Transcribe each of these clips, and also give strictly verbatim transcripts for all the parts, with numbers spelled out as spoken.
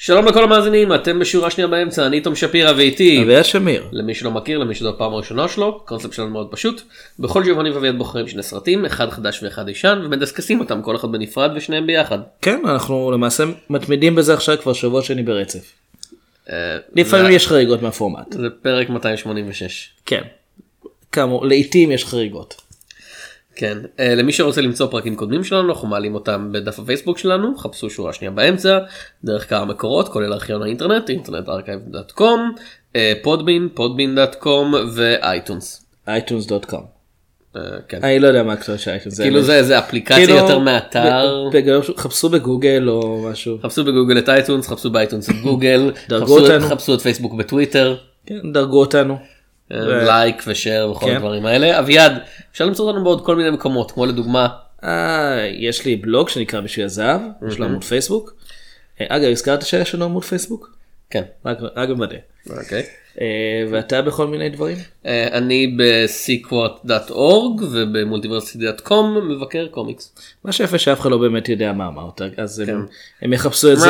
שלום לכל המאזינים, אתם בשורה שנייה באמצע, אני תום שפירא ואיתי אביה שמיר. למי שלא מכיר, למי שזו הפעם הראשונה שלו, הקונספט שלנו מאוד פשוט. בכל שבוע אני ואביעד בוחרים שני סרטים, אחד חדש ואחד ישן, ומדסקסים אותם כל אחד בנפרד ושניהם ביחד. כן, אנחנו למעשה מתמידים בזה עכשיו כבר שבוע שני ברצף. לפעמים יש חריגות מהפורמט. זה פרק מאתיים שמונים ושש. כן, כאמור, לעתים יש חריגות. כן, למי שרוצה למצוא פרקים קודמים שלנו, אנחנו מעלים אותם בדף הפייסבוק שלנו, חפשו שורה שנייה באמצע, דרך כמה מקורות, כולל ארכיון האינטרנט, אינטרנט ארכייב דוט קום, פודבין, פודבין דוט קום ואייטונס. אייטונס דוט קום. כן. אני לא יודע מה הכתוב של אייטונס. כאילו זה אפליקציה יותר מאתר. חפשו בגוגל או משהו. חפשו בגוגל את אייטונס, חפשו באייטונס את גוגל, חפשו את פייסבוק בטוויטר. כן, דרגו אותנו. לייק ושאר וכל הדברים האלה. אביעד, אפשר למצוא אותנו בעוד כל מיני מקומות, כמו לדוגמה יש לי בלוג שנקרא בשביל הזהב, יש לו עמוד פייסבוק. אגב, הזכרת שיש לנו עמוד פייסבוק? כן, רק במדע. אוקיי. ואתה בכל מיני דברים? אני ב-סיקוואט דוט אורג ובמולטיברסיטי דוט קום מבקר קומיקס. מה שיפה שאף אחד לא באמת יודע מה אמרת, אז הם יחפשו את זה.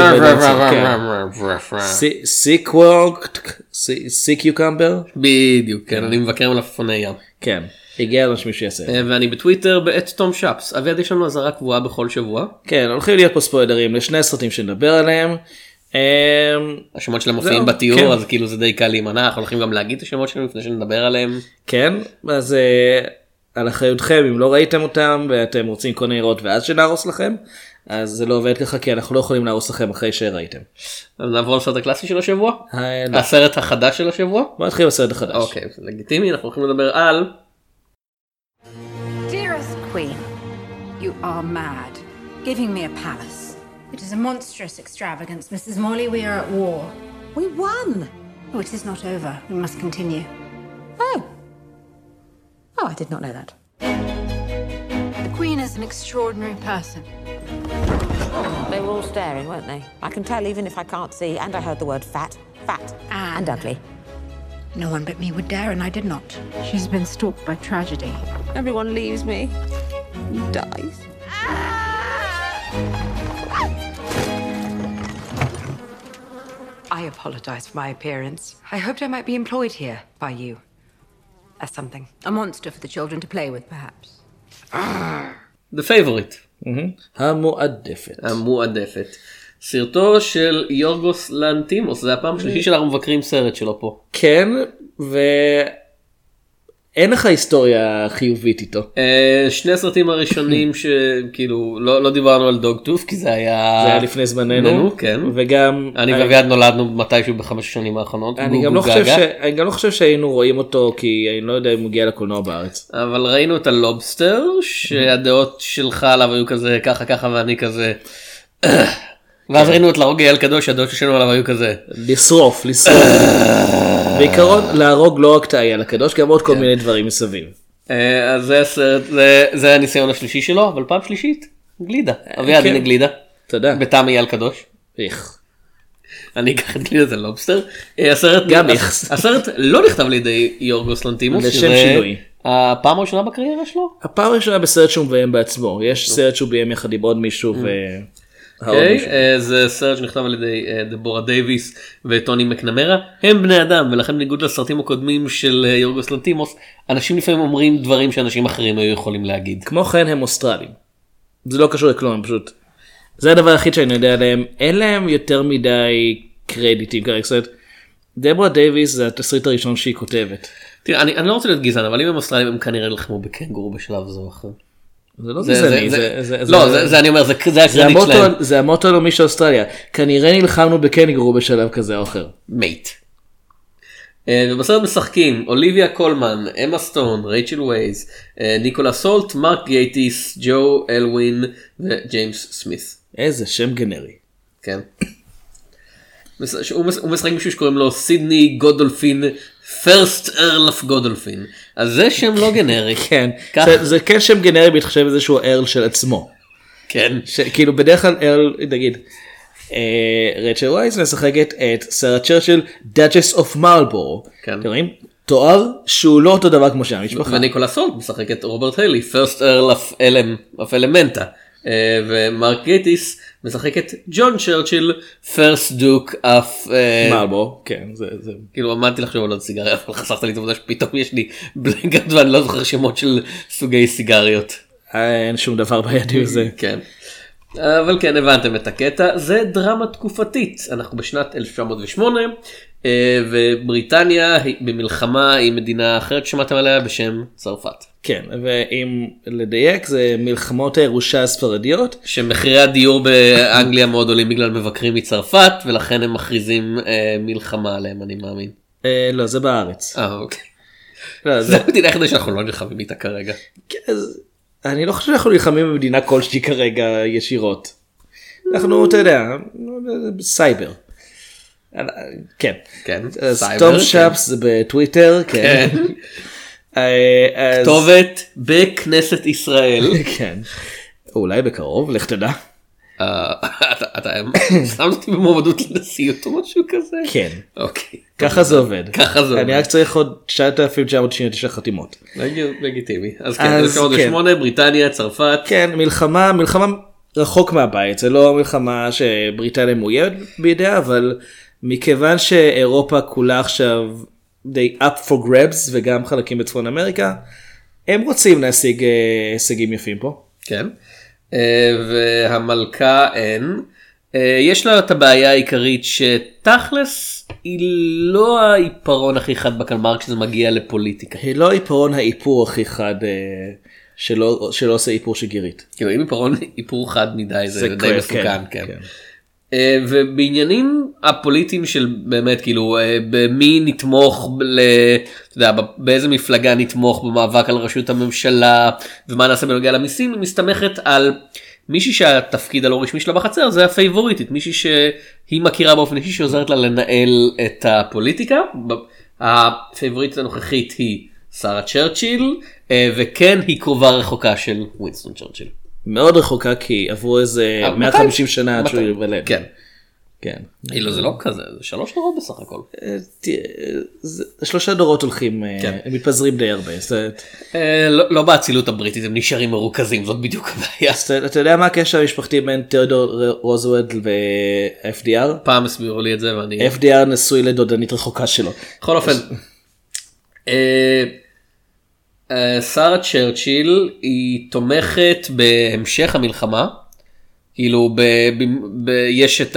סיקוואט, סיקיוקמבר? בדיוק, כן, אני מבקר מלפפוני ים. כן, הגיע לנו שמישהו יעשה. ואני בטוויטר באת תום שפס. אביעד, יש לנו אזהרה קבועה בכל שבוע. כן, הולכים להיות פה ספוילרים לשני סרטים שנדבר עליהם. השמות שלהם מופיעים בתיאור, אז כאילו זה די קל להימנע, אנחנו הולכים גם להגיד את השמות שלהם לפני שנדבר עליהם. כן, אז על אחריותכם, אם לא ראיתם אותם ואתם רוצים קודם לראות ואז שנהרוס לכם, אז זה לא עובד ככה, כי אנחנו לא יכולים להרוס לכם אחרי שראיתם. אז נעבור לסרט הקלאסי של השבוע? הסרט החדש של השבוע? בוא נתחיל בסרט החדש. אוקיי, זה לגיטימי, אנחנו הולכים לדבר על... Dearest Queen, you are mad, giving me a palace. It is a monstrous extravagance, Missus Morley. We are at war. We won. Oh, it is not over. We must continue. Oh. Oh, I did not know that. The Queen is an extraordinary person. They were all staring, weren't they? I can tell even if I can't see, and I heard the word fat, fat, and, and ugly. No one but me would dare, and I did not. She's been stalked by tragedy. Everyone leaves me. Dies. I apologize for my appearance. I hoped I might be employed here by you as something. A monster for the children to play with, perhaps. The favorite. המועדפת. המועדפת. סרטו של יורגוס לנטימוס, זה הפעם שלישי שאנחנו מבקרים סרט שלו פה. כן, ואין לך היסטוריה חיובית איתו. שני הסרטים הראשונים שכאילו לא דיברנו על דוג טוף, כי זה היה... זה היה לפני זמננו, כן. וגם... אני ואביעד נולדנו מתישהו בחמש שנים האחרונות. אני גם לא חושב שהיינו רואים אותו, כי אני לא יודע אם הוא הגיע לקולנוע בארץ. אבל ראינו את הלובסטר, שהדעות שלך עליו היו כזה ככה ככה ואני כזה... ואז ראינו את להרוג אייל קדוש, הדעות שלנו עליו היו כזה לשרוף, לשרוף. בעיקרון להרוג לא רק את אייל הקדוש, גם עוד כל מיני דברים מסביב. אז זה הניסיון השלישי שלו, אבל פעם שלישית גלידה. אביעד, הנה גלידה. תודה. בטעם אייל קדוש. איך. אני אקח את גלידה זה לובסטר. גם איך. הסרט לא נכתב לידי יורגוס לנטימוס. לשם שינוי. הפעם הראשונה בקריירה שלו? הפעם הראשונה בסרט שהוא מביים בעצמו. יש סרט שהוא ביים יחד עם עוד מישהו ו... זה סרט שנכתב על ידי דבורה דייביס וטוני מקנמרה. הם בני אדם, ולכן בניגוד לסרטים הקודמים של יורגוס לנטימוס, אנשים לפעמים אומרים דברים שאנשים אחרים היו יכולים להגיד. כמו כן הם אוסטרלים. זה לא קשור לכלום, פשוט זה הדבר היחיד שאני יודע עליהם. אין להם יותר מדי קרדיטים כרגע. דבורה דייביס זה התסריט הראשון שהיא כותבת. תראה, אני, אני לא רוצה להיות גזען, אבל אם הם אוסטרלים הם כנראה לחמו בקנגורו בשלב זו או אחר. זה לא גזעני, לא, זה אני אומר, זה הקרדיט שלהם. זה המוטו הלאומי של אוסטרליה, כנראה נלחמנו בקנגורו בשלב כזה או אחר. מייט. ובסרט משחקים אוליביה קולמן, אמה סטון, רייצ'ל ווייז, ניקולה סולט, מרק גייטיס, ג'ו אלווין וג'יימס סמית. איזה שם גנרי. כן. הוא משחק מישהו שקוראים לו סידני גודולפין, פרסט ארלף גודולפין. אז זה שם לא גנרי. כן, זה כן שם גנרי בהתחשב איזשהו ארל של עצמו. כן. כאילו בדרך כלל ארל, נגיד, רייצ'ל ווייז משחקת את שרה צ'רצ'יל, דאצ'ס אוף מרלבורו. אתם רואים? תואר שהוא לא אותו דבר כמו שם המשפחה. וניקולה סולט משחק את רוברט היילי, פרסט ארל אף אלמנטה. ומרק גטיס משחק את ג'ון צ'רצ'יל, פרסט דוק אף מרלבורו, כן, זה, זה... כאילו עמדתי לחשוב על עוד סיגריה, אבל חסכת לי את העובדה שפתאום יש לי בלנקאוט ואני לא זוכר שמות של סוגי סיגריות. אין שום דבר בידי בזה. כן. אבל כן, הבנתם את הקטע, זה דרמה תקופתית, אנחנו בשנת אלף תשע מאות ושמונה, ובריטניה במלחמה עם מדינה אחרת שמעתם עליה בשם צרפת. כן, ואם לדייק זה מלחמות הירושה הספרדיות. שמחירי הדיור באנגליה מאוד עולים בגלל מבקרים מצרפת, ולכן הם מכריזים אה, מלחמה עליהם, אני מאמין. אה, לא, זה בארץ. אה, אוקיי. לא, זה המדינה היחידה שאנחנו לא נלחמים איתה כרגע. כן, אז... אני לא חושב שאנחנו נלחמים במדינה כלשהי כרגע ישירות. אנחנו, אתה יודע, סייבר. כן. כן, סטום שפס זה בטוויטר, כן. כתובת בכנסת ישראל. כן. אולי בקרוב, לך תדע. אתה שם אותי במועמדות לנשיאות או משהו כזה? כן. אוקיי. ככה זה עובד. ככה זה עובד. אני רק צריך עוד תשעת אלפים תשע מאות תשעים ותשע חתימות. לגיטימי. אז כן, אלף תשע מאות ושמונה, בריטניה, צרפת. כן, מלחמה, מלחמה רחוק מהבית. זה לא מלחמה שבריטניה מאוימת בידיה, אבל מכיוון שאירופה כולה עכשיו די up for grabs, וגם חלקים בצפון אמריקה, הם רוצים להשיג הישגים יפים פה. כן. והמלכה אין, יש לה את הבעיה העיקרית שתכלס היא לא העיפרון הכי חד בקלמר כשזה מגיע לפוליטיקה. היא לא העיפרון האיפור הכי חד שלא, שלא עושה איפור שגירית. כאילו אם עיפרון איפור חד מדי זה, זה די כן, מסוכן, כן. כן. כן. ובעניינים הפוליטיים של באמת כאילו במי נתמוך, ל, אתה יודע, באיזה מפלגה נתמוך במאבק על ראשות הממשלה ומה נעשה בנוגע למיסים, היא מסתמכת על מישהי שהתפקיד הלא רשמי שלה בחצר זה הפייבוריטית, מישהי שהיא מכירה באופן אישי שעוזרת לה לנהל את הפוליטיקה. הפייבוריטית הנוכחית היא שרה צ'רצ'יל, וכן היא קרובה רחוקה של ווינסטון צ'רצ'יל. מאוד רחוקה כי עברו איזה מאה וחמישים שנה עד שהוא יוולד. כן. כן. אילו זה לא כזה, זה שלוש דורות בסך הכל. שלושה דורות הולכים, הם מתפזרים די הרבה. לא באצילות הבריטית, הם נשארים מרוכזים, זאת בדיוק הבעיה. אתה יודע מה הקשר המשפחתי בין תיאודור רוזוולט ו-אף די אר? פעם הסבירו לי את זה ואני... אף די אר נשוי לדודנית רחוקה שלו. בכל אופן. שרה צ'רצ'יל היא תומכת בהמשך המלחמה, כאילו יש את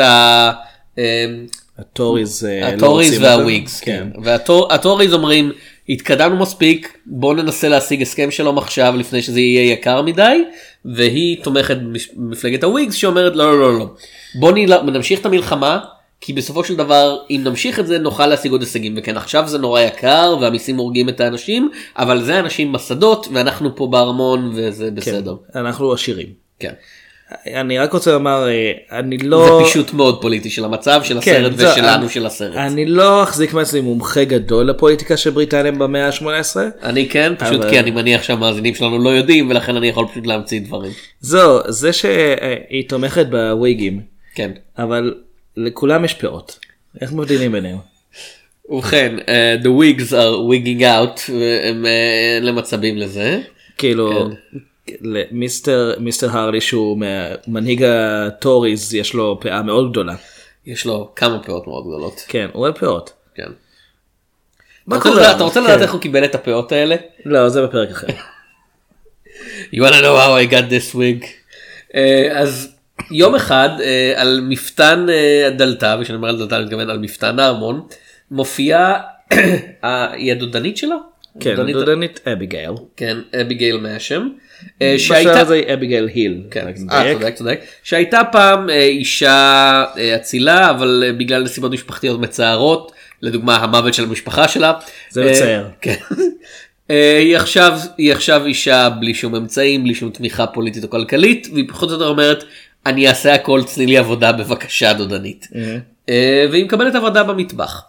הטוריז והוויגס, והטוריז אומרים התקדמנו מספיק, בוא ננסה להשיג הסכם שלום עכשיו לפני שזה יהיה יקר מדי, והיא תומכת במפלגת הוויגס שאומרת לא לא לא, בוא נמשיך את המלחמה, כי בסופו של דבר אם נמשיך את זה נוכל להשיג עוד הישגים, וכן עכשיו זה נורא יקר והמיסים הורגים את האנשים, אבל זה אנשים בשדות ואנחנו פה בארמון וזה בסדר. כן, אנחנו עשירים. כן. אני רק רוצה לומר, אני לא... זה פשוט מאוד פוליטי של המצב של הסרט כן, ושלנו אני, של הסרט. אני לא אחזיק מעצמי מומחה גדול לפוליטיקה של בריטניה במאה ה-שמונה עשרה. אני כן, פשוט אבל... כי אני מניח שהמאזינים שלנו לא יודעים ולכן אני יכול פשוט להמציא דברים. זו, זה שהיא תומכת בוויגים. כן. אבל לכולם יש פאות. איך מבדילים ביניהם? ובכן, uh, the wigs are wigging out, והם אין uh, למצבים לזה. כאילו, כן. מיסטר, מיסטר הרלי שהוא מנהיג הטוריז, יש לו פאה מאוד גדולה. יש לו כמה פאות מאוד גדולות. כן, הוא אוהב פאות. כן. מה קורה? אתה רוצה לדעת איך הוא קיבל את הפאות האלה? לא, זה בפרק אחר. You wanna know how I got this wig? Uh, אז... יום אחד על מפתן הדלתה, ושאני אומר על דלתה אני מתכוון על מפתן הארמון, מופיעה הדודנית שלה? כן, הדודנית אביגייל. כן, אביגייל מהשם. בשעה זה אביגייל היל. כן, צודק, צודק. שהייתה פעם אישה אצילה, אבל בגלל נסיבות משפחתיות מצערות, לדוגמה המוות של המשפחה שלה. זה מצער. כן. היא עכשיו, היא עכשיו אישה בלי שום אמצעים, בלי שום תמיכה פוליטית או כלכלית, והיא פחות או יותר אומרת, אני אעשה הכל, תני לי עבודה בבקשה דודנית. והיא מקבלת עבודה במטבח.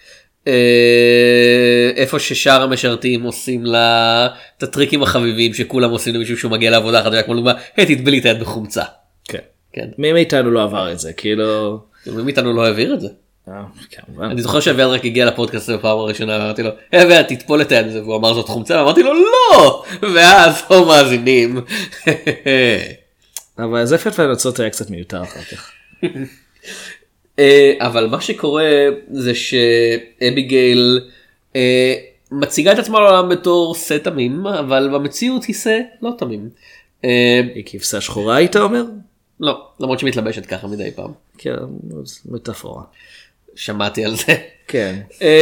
איפה ששאר המשרתים עושים לה את הטריקים החביבים שכולם עושים למישהו שהוא מגיע לעבודה אחת, כמו לדוגמה, היי תטבלי את היד בחומצה. כן. מי מאיתנו לא עבר את זה, כאילו... מי מאיתנו לא העביר את זה? אני זוכר שאביעד רק הגיע לפודקאסט בפעם הראשונה ואמרתי לו אביעד תטפול את היד הזה והוא אמר זאת חומצה ואמרתי לו לא, ואז הוא מאזינים. אבל זה פט והנוצות היה קצת מיותר אחר כך. אבל מה שקורה זה שאביגייל מציגה את עצמה לעולם בתור סה תמים, אבל במציאות היא סה לא תמים. היא כבשה שחורה היית אומר? לא, למרות שמתלבשת ככה מדי פעם. כן, מטאפורה. שמעתי על זה. כן.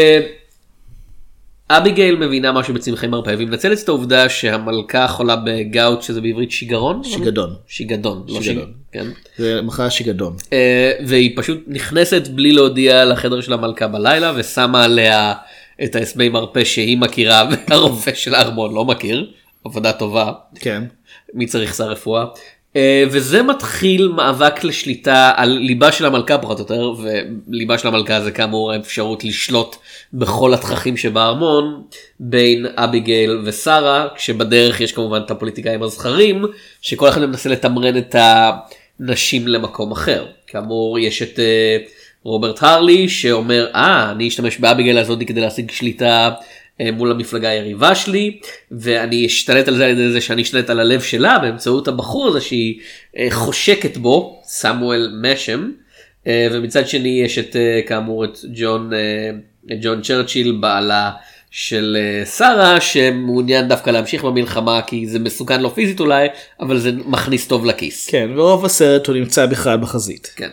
אביגייל מבינה משהו בצמחי מרפא, והיא מנצלת את העובדה שהמלכה חולה בגאוט, שזה בעברית שיגרון? שיגדון. שיגדון, לא שיגדון. כן. זה מחלה שיגדון. והיא פשוט נכנסת בלי להודיע לחדר של המלכה בלילה, ושמה עליה את ההסמי מרפא שהיא מכירה, והרופא של הארמון לא מכיר. עבודה טובה. כן. מי צריך שר רפואה. וזה מתחיל מאבק לשליטה על ליבה של המלכה פחות או יותר, וליבה של המלכה זה כאמור האפשרות לשלוט בכל התככים שבארמון, בין אביגייל ושרה, כשבדרך יש כמובן את הפוליטיקאים הזכרים, שכל אחד מנסה לתמרן את הנשים למקום אחר. כאמור יש את רוברט הרלי שאומר, אה, אני אשתמש באביגייל הזאת כדי להשיג שליטה מול המפלגה היריבה שלי, ואני אשתלט על זה על ידי זה שאני אשתלט על הלב שלה באמצעות הבחור הזה שהיא חושקת בו, סמואל משם, ומצד שני יש את כאמור את ג'ון, את ג'ון צ'רצ'יל, בעלה של שרה, שמעוניין דווקא להמשיך במלחמה כי זה מסוכן לו פיזית אולי, אבל זה מכניס טוב לכיס. כן, ורוב הסרט הוא נמצא בכלל בחזית. כן.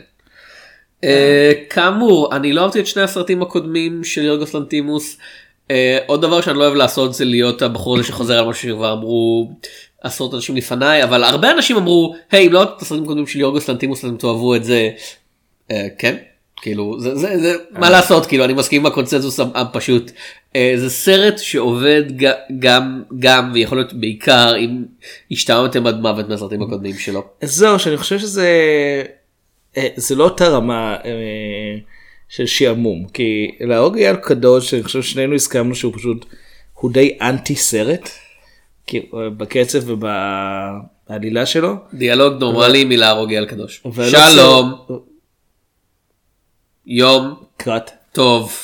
כאמור, אני לא אהבתי את שני הסרטים הקודמים של יורגוס לנטימוס. Uh, עוד דבר שאני לא אוהב לעשות זה להיות הבחור הזה שחוזר על משהו שכבר אמרו עשרות אנשים לפניי, אבל הרבה אנשים אמרו, היי, אם לא את הסרטים קודמים של יורגוס לנטימוס אתם תאהבו את זה. uh, כן, כאילו, זה, זה, זה, מה לעשות, כאילו, אני מסכים עם הקונצנזוס הפשוט. Uh, זה סרט שעובד גם, גם, ויכול להיות בעיקר, אם השתעמתם עד מוות מהסרטים הקודמים שלו. זהו, שאני חושב שזה, זה לא אותה רמה, של שעמום, כי להרוג אייל קדוש, אני חושב שנינו הסכמנו שהוא פשוט, הוא די אנטי סרט, בקצב ובעלילה שלו. דיאלוג נורמלי מלהרוג אייל קדוש. שלום. יום. קראת. טוב.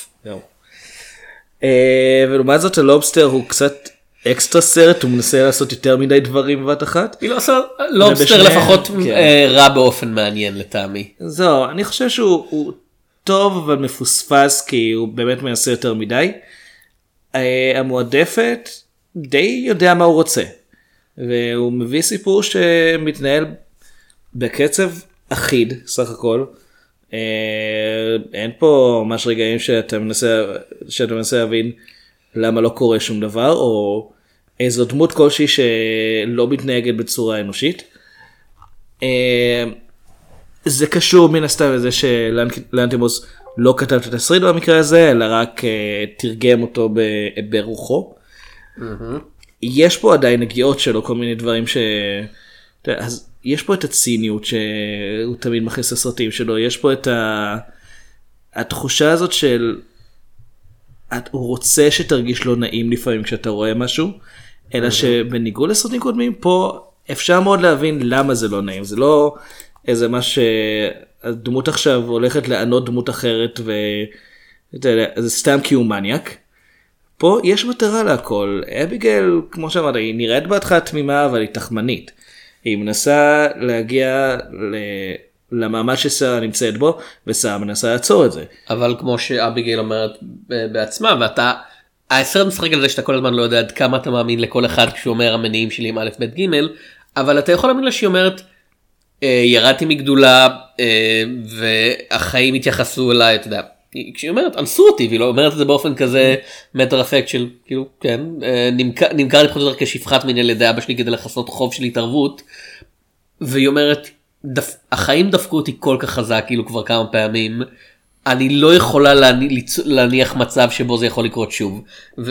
ולעומת זאת הלובסטר הוא קצת אקסטרה סרט, הוא מנסה לעשות יותר מדי דברים בבת אחת. היא לא עושה, לובסטר לפחות רע באופן מעניין לטעמי. זהו, אני חושב שהוא טוב אבל מפוספס כי הוא באמת מנסה יותר מדי. המועדפת די יודע מה הוא רוצה. והוא מביא סיפור שמתנהל בקצב אחיד סך הכל. אין פה ממש רגעים שאתה מנסה, שאתה מנסה להבין למה לא קורה שום דבר, או איזו דמות כלשהי שלא מתנהגת בצורה אנושית. זה קשור מן הסתם לזה שלנטימוס לא כתב את התסריט במקרה הזה, אלא רק uh, תרגם אותו ב- ברוחו. Mm-hmm. יש פה עדיין נגיעות שלו, כל מיני דברים ש... אז יש פה את הציניות שהוא תמיד מכניס לסרטים שלו, יש פה את ה... התחושה הזאת של... את... הוא רוצה שתרגיש לא נעים לפעמים כשאתה רואה משהו, אלא mm-hmm. שבניגוד לסרטים קודמים, פה אפשר מאוד להבין למה זה לא נעים, זה לא... איזה מה שהדמות עכשיו הולכת לענות דמות אחרת וזה סתם כי הוא מניאק. פה יש מטרה להכל. אביגייל, כמו שאמרת, היא נראית בהתחלה תמימה אבל היא תחמנית. היא מנסה להגיע למעמד ששרה נמצאת בו ושרה מנסה לעצור את זה. אבל כמו שאביגייל אומרת בעצמה, ואתה, הסרט משחק על זה שאתה כל הזמן לא יודע עד כמה אתה מאמין לכל אחד כשהוא אומר המניעים שלי עם א' ב' ג', אבל אתה יכול להאמין לה שהיא אומרת ירדתי מגדולה והחיים התייחסו אליי, אתה יודע, כשהיא אומרת אנסו אותי, והיא לא אומרת את זה באופן כזה מטר אפקט של כאילו כן, נמכר לי פחות או יותר כשפחת מן על ידי אבא שלי כדי לחסות חוב של התערבות, והיא אומרת החיים דפקו אותי כל כך חזק כאילו כבר כמה פעמים, אני לא יכולה להניח מצב שבו זה יכול לקרות שוב,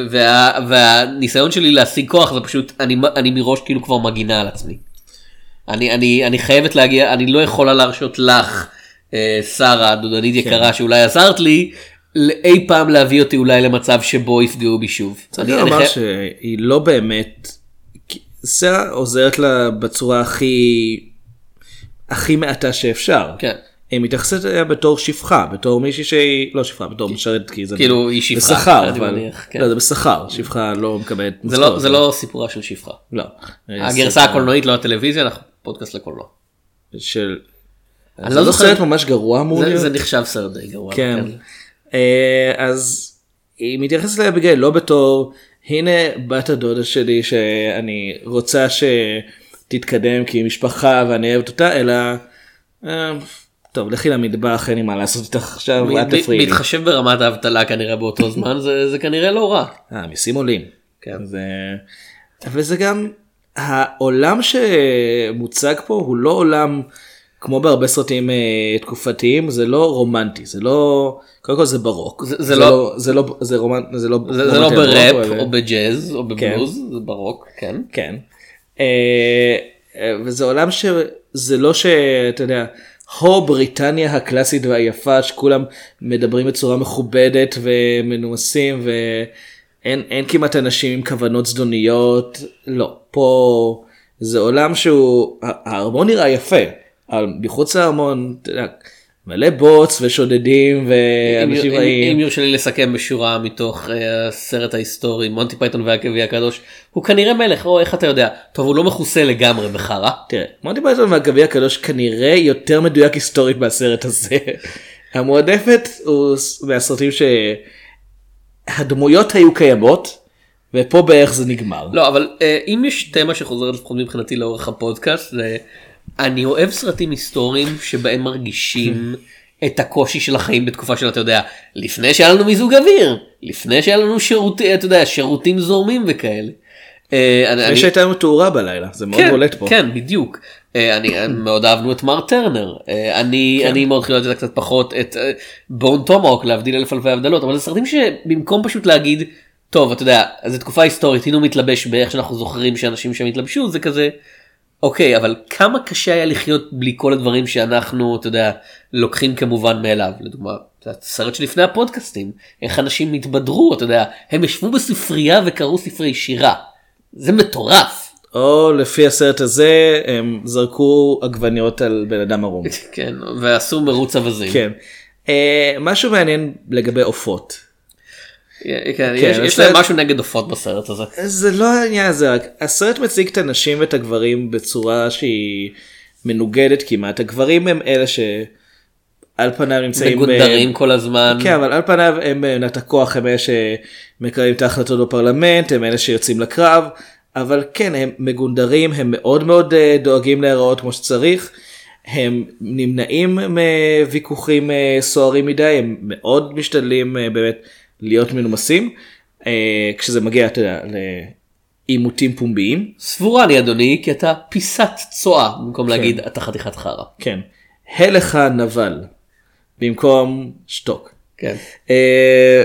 והניסיון שלי להשיג כוח זה פשוט אני מראש כאילו כבר מגינה על עצמי. אני, אני, אני חייבת להגיע, אני לא יכולה להרשות לך, אה, שרה, דודנית יקרה, שאולי עזרת לי, אי פעם להביא אותי אולי למצב שבו יפגעו בי שוב. צריך לומר חי... שהיא לא באמת, שרה עוזרת לה בצורה הכי, הכי מעטה שאפשר. כן. היא מתייחסת אליה בתור שפחה, בתור מישהי שהיא, לא שפחה, בתור משרת, כי זה כאילו היא שפחה. בשכר, אבל, לא, זה בשכר, שפחה לא מקבלת משכורת. זה לא סיפורה של שפחה. לא. הגרסה הקולנועית, לא הטלוויזיה, אנחנו פודקאסט לקולנוע. של... אני זה לא לא זוכר- סרט ממש גרוע אמור זה- להיות. זה נחשב סרט די גרוע. כן. אה, אז היא מתייחסת לאביגיל לא בתור הנה בת הדודה שלי שאני רוצה שתתקדם כי היא משפחה ואני אוהבת אותה, אלא אה, טוב לכי למטבח אין לי מה לעשות איתך עכשיו מ- ואת תפריעי לי. מתחשב ברמת האבטלה כנראה באותו זמן, זה זה כנראה לא רע. אה, מיסים עולים. כן. זה... וזה גם העולם שמוצג פה הוא לא עולם כמו בהרבה סרטים אה, תקופתיים, זה לא רומנטי, זה לא, קודם כל זה ברוק. זה- זה לא- זה לא, זה רומן, זה לא, זה זה לא רומנטי בראפ ברוק, אבל- או בג'אז או כן. בבלוז, זה ברוק, כן. כן. אה, אה, וזה עולם שזה לא שאתה יודע, הו בריטניה הקלאסית והיפה שכולם מדברים בצורה מכובדת ומנומסים ואין אין כמעט אנשים עם כוונות זדוניות, לא, פה זה עולם שהוא, הארמון נראה יפה, אבל מחוץ לארמון, אתה יודע, מלא בוץ ושודדים אם ואנשים אם- רעים. אם יורשה לי לסכם בשורה מתוך אה, הסרט ההיסטורי מונטי פייתון והעקבי הקדוש, הוא כנראה מלך, או איך אתה יודע, טוב הוא לא מכוסה לגמרי בחרא. תראה, מונטי פייתון והגביע הקדוש כנראה יותר מדויק היסטורית מהסרט הזה. המועדפת הוא מהסרטים שהדמויות היו קיימות, ופה בערך זה נגמר. לא אבל אה, אם יש תמה שחוזרת לפחות מבחינתי לאורך הפודקאסט, זה אני אוהב סרטים היסטוריים שבהם מרגישים את הקושי של החיים בתקופה של אתה יודע לפני שהיה לנו מיזוג אוויר, לפני שהיה לנו שירותי, אתה יודע, שירותים זורמים וכאלה. אה, אני- אני- יש שהייתה לנו תאורה בלילה, זה מאוד כן, בולט פה. כן, בדיוק. אה, אני מאוד אהבנו את מר טרנר. אה, אני אני מאוד חייבת את זה קצת פחות את בון טומהוק, להבדיל אלף אלפי הבדלות, אבל זה סרטים שבמקום פשוט להגיד טוב אתה יודע זו תקופה היסטורית, הנה הוא מתלבש באיך שאנחנו זוכרים שאנשים שם התלבשו, זה כזה אוקיי, אבל כמה קשה היה לחיות בלי כל הדברים שאנחנו אתה יודע לוקחים כמובן מאליו. לדוגמה זה הסרט שלפני הפודקאסטים, איך אנשים התבדרו, אתה יודע, הם ישבו בספרייה וקראו ספרי שירה, זה מטורף. או לפי הסרט הזה הם זרקו עגבניות על בן אדם ערום. כן, ועשו מרוץ אווזים. כן. אה, משהו מעניין לגבי עופות. כן, יש, יש הסרט- להם משהו נגד עופות בסרט הזה. זה לא העניין הזה, רק הסרט מציג את הנשים ואת הגברים בצורה שהיא מנוגדת כמעט. הגברים הם אלה שעל פניו נמצאים מגונדרים כל הזמן. כן, אבל על פניו הם בעמדת הכוח, הם אלה שמקבלים את ההחלטות בפרלמנט, הם אלה שיוצאים לקרב, אבל כן, הם מגונדרים, הם מאוד מאוד אה, דואגים להיראות כמו שצריך, הם נמנעים מוויכוחים אה, סוערים מדי, הם מאוד משתדלים אה, באמת להיות מנומסים, אה, כשזה מגיע, אתה יודע, לעימותים פומביים. סבורה לי אדוני, כי אתה פיסת צואה, במקום להגיד אתה חתיכת חרא. כן. הלך נבל, במקום שתוק. כן. אה,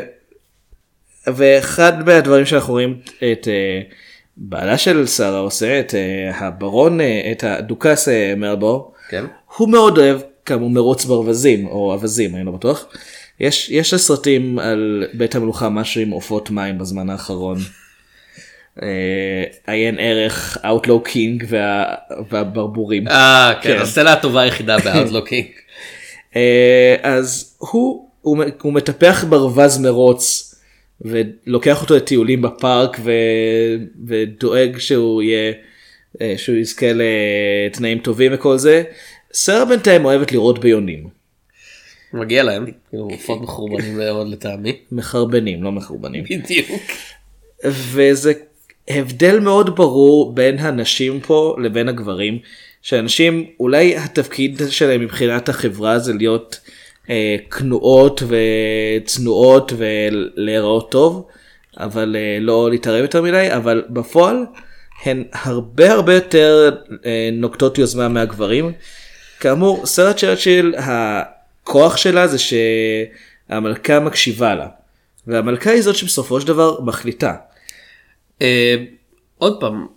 ואחד מהדברים שאנחנו רואים את אה, בעלה של שרה עושה, את אה, הברון, אה, את הדוכס אה, מלבור, כן. הוא מאוד אוהב כאמור מרוץ ברווזים, או אווזים, אני לא בטוח. יש, יש סרטים על בית המלוכה משהו עם עופות מים בזמן האחרון. אה, עיין ערך Outlaw King וה, והברבורים. אה, כן, כן. הסצנה הטובה היחידה באוטלוקינג. אה, אז הוא, הוא, הוא מטפח ברווז מרוץ ולוקח אותו לטיולים בפארק ו, ודואג שהוא יהיה, אה, שהוא יזכה לתנאים טובים וכל זה. שרה בינתיים אוהבת לראות ביונים. מגיע להם, כאילו עופות מחורבנים מאוד לטעמי. מחרבנים, לא מחורבנים. בדיוק. וזה הבדל מאוד ברור בין הנשים פה לבין הגברים, שאנשים אולי התפקיד שלהם מבחינת החברה זה להיות אה, כנועות וצנועות ולהיראות טוב, אבל אה, לא להתערב יותר מדי, אבל בפועל הן הרבה הרבה יותר אה, נוקטות יוזמה מהגברים. כאמור, שרה צ'רצ'יל, הכוח שלה זה שהמלכה מקשיבה לה, והמלכה היא זאת שבסופו של דבר מחליטה. אה, עוד פעם,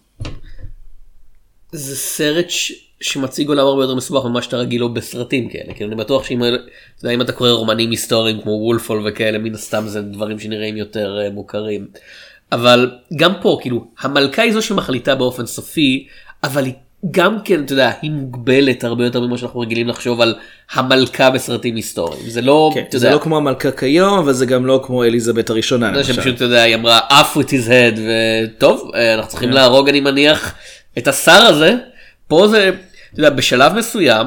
זה סרט ש... שמציג עולם הרבה יותר מסובך ממה שאתה רגיל לו בסרטים כאלה, כאילו אני בטוח שאם אתה יודע, אם אתה קורא רומנים היסטוריים כמו וולפול וכאלה, מן הסתם זה דברים שנראים יותר uh, מוכרים, אבל גם פה כאילו המלכה היא זו שמחליטה באופן סופי, אבל היא גם כן אתה יודע היא מוגבלת הרבה יותר ממה שאנחנו רגילים לחשוב על המלכה בסרטים היסטוריים, זה לא כן, אתה זה יודע, לא כמו המלכה כיום, אבל זה גם לא כמו אליזבת הראשונה זה למשל. שפשוט אתה יודע היא אמרה off with his head וטוב אנחנו צריכים להרוג אני מניח את השר הזה. פה זה אתה יודע, בשלב מסוים,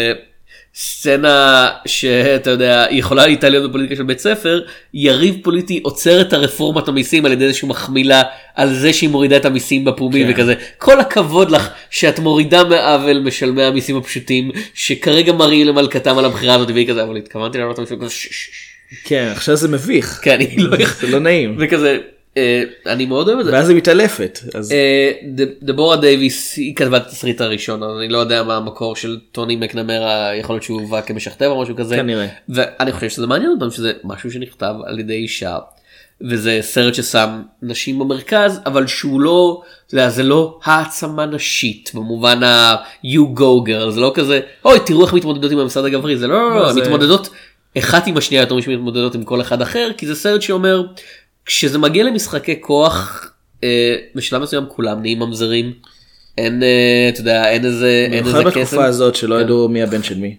בסצנה שאתה יודע, יכולה הייתה להיות בפוליטיקה של בית ספר, יריב פוליטי עוצר את הרפורמת המיסים על ידי איזשהו מחמילה על זה שהיא מורידה את המיסים בפומבי כן. וכזה. כל הכבוד לך שאת מורידה מעוול משלמי המיסים הפשוטים, שכרגע מראים למלכתם על הבחירה הזאת, והיא כזה, אבל התכוונתי לעלות את המיסים, כן, עכשיו זה מביך. כן, היא לא... זה לא נעים. וכזה, אני מאוד אוהב את זה. ואז היא מתעלפת. דבורה דייביס היא כתבה את התסריט הראשון, אני לא יודע מה המקור של טוני מקנמרה, יכול להיות שהוא הובא כמשכתב או משהו כזה. כנראה. ואני חושב שזה מעניין אותם, שזה משהו שנכתב על ידי אישה, וזה סרט ששם נשים במרכז, אבל שהוא לא, זה לא העצמה נשית, במובן ה-you go girl, זה לא כזה, אוי תראו איך מתמודדות עם המסד הגברי, זה לא, לא, לא, מתמודדות אחת עם השנייה יותר משמי מתמודדות עם כל אחד אחר, כי זה סרט שאומר, כשזה מגיע למשחקי כוח, אה, בשלב מסוים כולם נהיים ממזרים, אין, אה, אתה יודע, אין איזה, אין איזה קסם. במיוחד בתקופה הזאת שלא ידעו מי הבן של מי.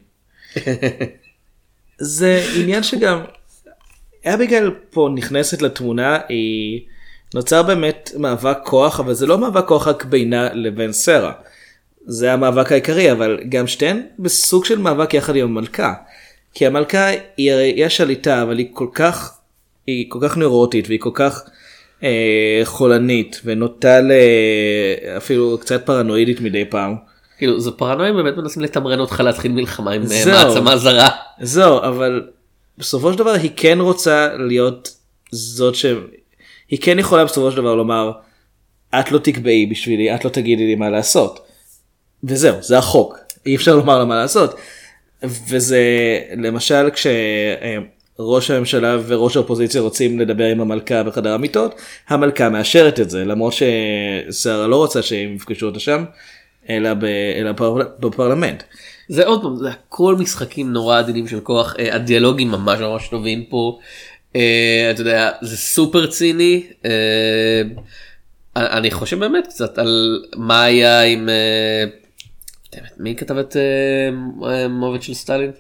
זה עניין שגם, אביגיל פה נכנסת לתמונה, היא נוצר באמת מאבק כוח, אבל זה לא מאבק כוח רק בינה לבין סרה. זה המאבק העיקרי, אבל גם שתיהן בסוג של מאבק יחד עם המלכה. כי המלכה היא, יש שליטה, אבל היא כל כך, היא כל כך נוירוטית, והיא כל כך אה, חולנית, ונוטה אפילו קצת פרנואידית מדי פעם. כאילו, זה פרנואידים באמת מנסים לתמרן אותך להתחיל מלחמה עם מעצמה זרה. זהו, אבל בסופו של דבר היא כן רוצה להיות זאת ש... היא כן יכולה בסופו של דבר לומר, את לא תקבעי בשבילי, את לא תגידי לי מה לעשות. וזהו, זה החוק. אי אפשר לומר לה מה לעשות. וזה, למשל, כשראש הממשלה וראש האופוזיציה רוצים לדבר עם המלכה בחדר המיטות, המלכה מאשרת את זה, למרות ששרה לא רוצה שהם יפגשו אותה שם, אלא, ב, אלא בפרלמנט. זה עוד פעם, זה הכל משחקים נורא עדינים של כוח, הדיאלוגים ממש ממש טובים פה, אתה יודע, זה סופר ציני, אני חושב באמת קצת על מה היה עם, מי כתב את מוות של סטלין?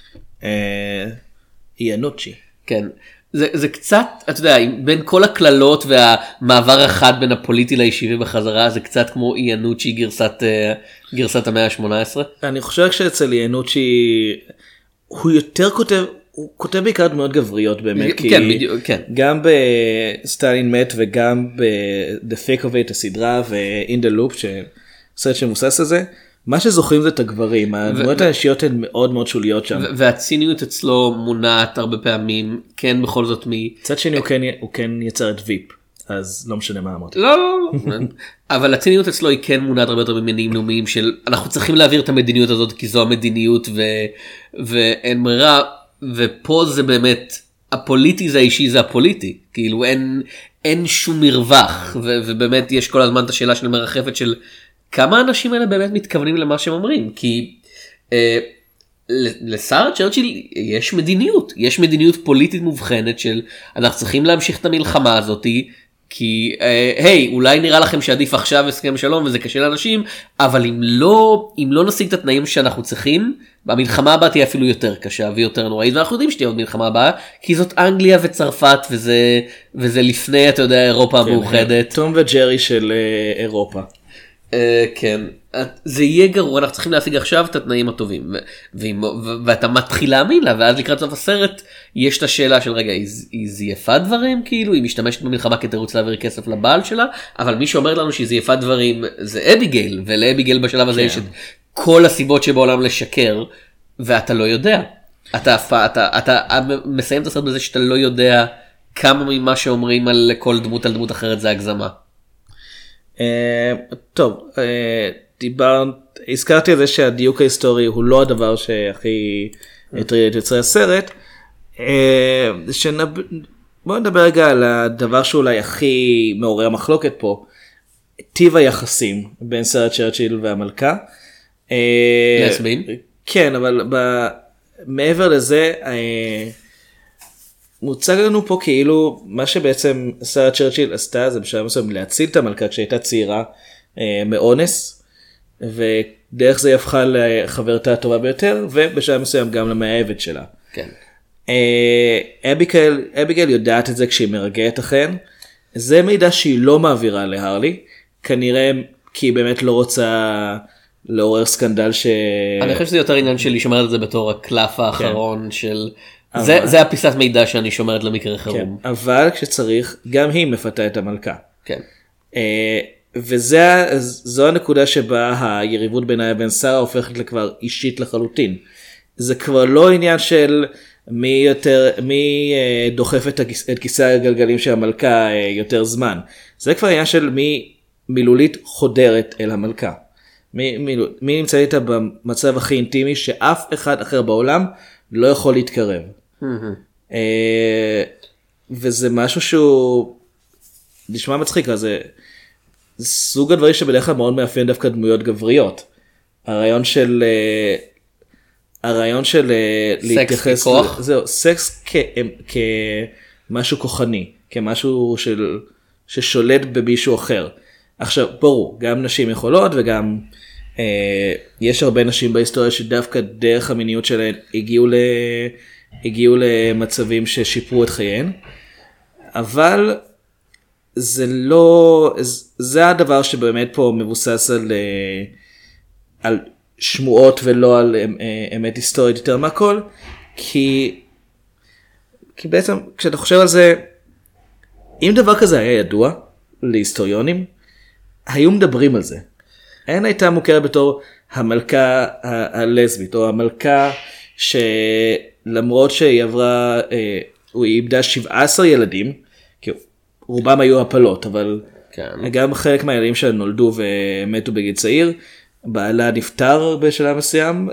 ינוצ'י. כן. זה, זה קצת, אתה יודע, בין כל הכללות והמעבר החד בין הפוליטי לאישי ובחזרה, זה קצת כמו ינוצ'י גרסת, גרסת המאה ה-שמונה עשרה. אני חושב שאצל ינוצ'י, הוא יותר כותב, הוא כותב בעיקר דמויות גבריות באמת, כי כן, בדיוק, כן. גם בסטלין מת וגם ב-The Thick of It הסדרה ו-In the Loop, סרט שמוסס הזה, מה שזוכרים זה את הגברים, הדמויות האנשיות הן מאוד מאוד שוליות שם. והציניות אצלו מונעת הרבה פעמים, כן בכל זאת מי... קצת שני הוא כן יצר את ויפ, אז לא משנה מה אמרתי. לא, לא, לא. אבל הציניות אצלו היא כן מונעת הרבה יותר ממניעים לאומיים של אנחנו צריכים להעביר את המדיניות הזאת כי זו המדיניות ואין ברירה, ופה זה באמת, הפוליטי זה האישי זה הפוליטי, כאילו אין שום מרווח, ובאמת יש כל הזמן את השאלה של מרחפת של כמה האנשים האלה באמת מתכוונים למה שהם אומרים, כי אה, לשרה צ'רצ'יל יש מדיניות, יש מדיניות פוליטית מובחנת של אנחנו צריכים להמשיך את המלחמה הזאת, כי אה, היי, אולי נראה לכם שעדיף עכשיו הסכם שלום וזה קשה לאנשים, אבל אם לא, אם לא נשיג את התנאים שאנחנו צריכים, המלחמה הבאה תהיה אפילו יותר קשה ויותר נוראית, ואנחנו יודעים שתהיה עוד מלחמה הבאה, כי זאת אנגליה וצרפת, וזה, וזה לפני, אתה יודע, אירופה המאוחדת. תום וג'רי של אה, אירופה. כן, זה יהיה גרוע, אנחנו צריכים להשיג עכשיו את התנאים הטובים, ואתה מתחיל להאמין לה, ואז לקראת סוף הסרט יש את השאלה של רגע, היא זייפה דברים, כאילו היא משתמשת במלחמה כתירוץ להעביר כסף לבעל שלה, אבל מי שאומר לנו שהיא זייפה דברים זה אביגיל, ולאביגיל בשלב הזה יש את כל הסיבות שבעולם לשקר, ואתה לא יודע, אתה מסיים את הסרט בזה שאתה לא יודע כמה ממה שאומרים על כל דמות על דמות אחרת זה הגזמה. טוב, דיברנו, הזכרתי על זה שהדיוק ההיסטורי הוא לא הדבר שהכי הטריד את יוצרי הסרט. בואו נדבר רגע על הדבר שאולי הכי מעורר מחלוקת פה, טיב היחסים בין שרה צ'רצ'יל והמלכה. להסבין? כן, אבל מעבר לזה, מוצג לנו פה כאילו מה שבעצם שרה צ'רצ'יל עשתה זה בשלב מסוים להציל את המלכה כשהייתה צעירה אה, מאונס, ודרך זה היא הפכה לחברתה הטובה ביותר, ובשלב מסוים גם למאהבת שלה. כן. אה, אביגיל, אביגיל יודעת את זה כשהיא מרגעת אכן, זה מידע שהיא לא מעבירה להרלי, כנראה כי היא באמת לא רוצה לעורר סקנדל ש... אני חושב שזה יותר עניין שלי שומרת את זה בתור הקלף האחרון של... זה הפיסת מידע שאני שומרת למקרה חירום. אבל כשצריך, גם היא מפתה את המלכה. כן. וזו הנקודה שבה היריבות בינה לבין שרה הופכת לכבר אישית לחלוטין. זה כבר לא עניין של מי יותר, מי דוחף את כיסא הגלגלים של המלכה יותר זמן. זה כבר עניין של מי מילולית חודרת אל המלכה. מי, מי, מי נמצא איתה במצב הכי אינטימי שאף אחד אחר בעולם לא יכול להתקרב. Mm-hmm. וזה משהו שהוא נשמע מצחיק, זה סוג הדברים שבדרך כלל מאוד מאפיין דווקא דמויות גבריות. הרעיון של הרעיון של סקס ככוח. זהו, סקס כמשהו כוחני, כמשהו של ששולט במישהו אחר. עכשיו ברור, גם נשים יכולות וגם אה, יש הרבה נשים בהיסטוריה שדווקא דרך המיניות שלהן הגיעו, ל, הגיעו למצבים ששיפרו את חייהן, אבל זה לא, זה הדבר שבאמת פה מבוסס על, על שמועות ולא על אמת היסטורית יותר מהכל, כי, כי בעצם כשאתה חושב על זה, אם דבר כזה היה ידוע להיסטוריונים, היו מדברים על זה. אין הייתה מוכרת בתור המלכה הלסבית, או המלכה שלמרות שהיא עברה, הוא איבדה שבעה עשר ילדים, כי רובם היו הפלות, אבל כן. גם חלק מהילדים שלה נולדו ומתו בגיל צעיר, בעלה נפטר בשלב מסוים,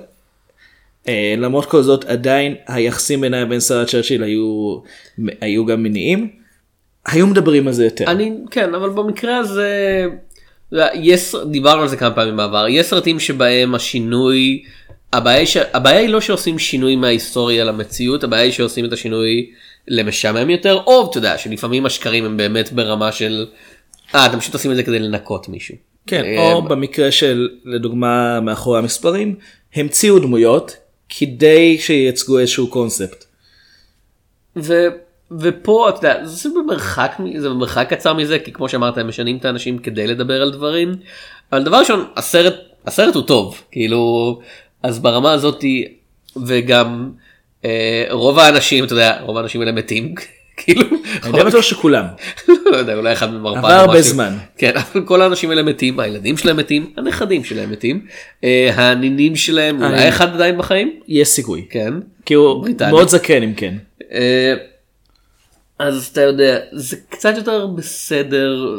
למרות כל זאת עדיין היחסים בינה בין שרה צ'רצ'יל היו, היו גם מיניים, היו מדברים על זה יותר. אני, כן, אבל במקרה הזה, יש, דיברנו על זה כמה פעמים בעבר, יש סרטים שבהם השינוי, הבעיה, ש, הבעיה היא לא שעושים שינוי מההיסטוריה למציאות, הבעיה היא שעושים את השינוי למשעמם יותר, או אתה יודע, שלפעמים השקרים הם באמת ברמה של, אה, אתם פשוט עושים את זה כדי לנקות מישהו. כן, או במקרה של, לדוגמה, מאחורי המספרים, המציאו דמויות כדי שייצגו איזשהו קונספט. ו... ופה אתה יודע, זה במרחק, זה במרחק קצר מזה, כי כמו שאמרת, הם משנים את האנשים כדי לדבר על דברים, אבל דבר ראשון, הסרט, הסרט הוא טוב, כאילו, אז ברמה הזאת, וגם אה, רוב האנשים, אתה יודע, רוב האנשים האלה מתים, כאילו, אני יודע בטוח שכולם, לא יודע, אולי אחד ממרפא, עבר הרבה זמן, כן, אבל כל האנשים האלה מתים, הילדים שלהם מתים, הנכדים שלהם מתים, אה, הנינים שלהם, אולי אחד עדיין בחיים? יש סיכוי, כן, כי הוא מאוד זקן אם כן. אה, אז אתה יודע, זה קצת יותר בסדר,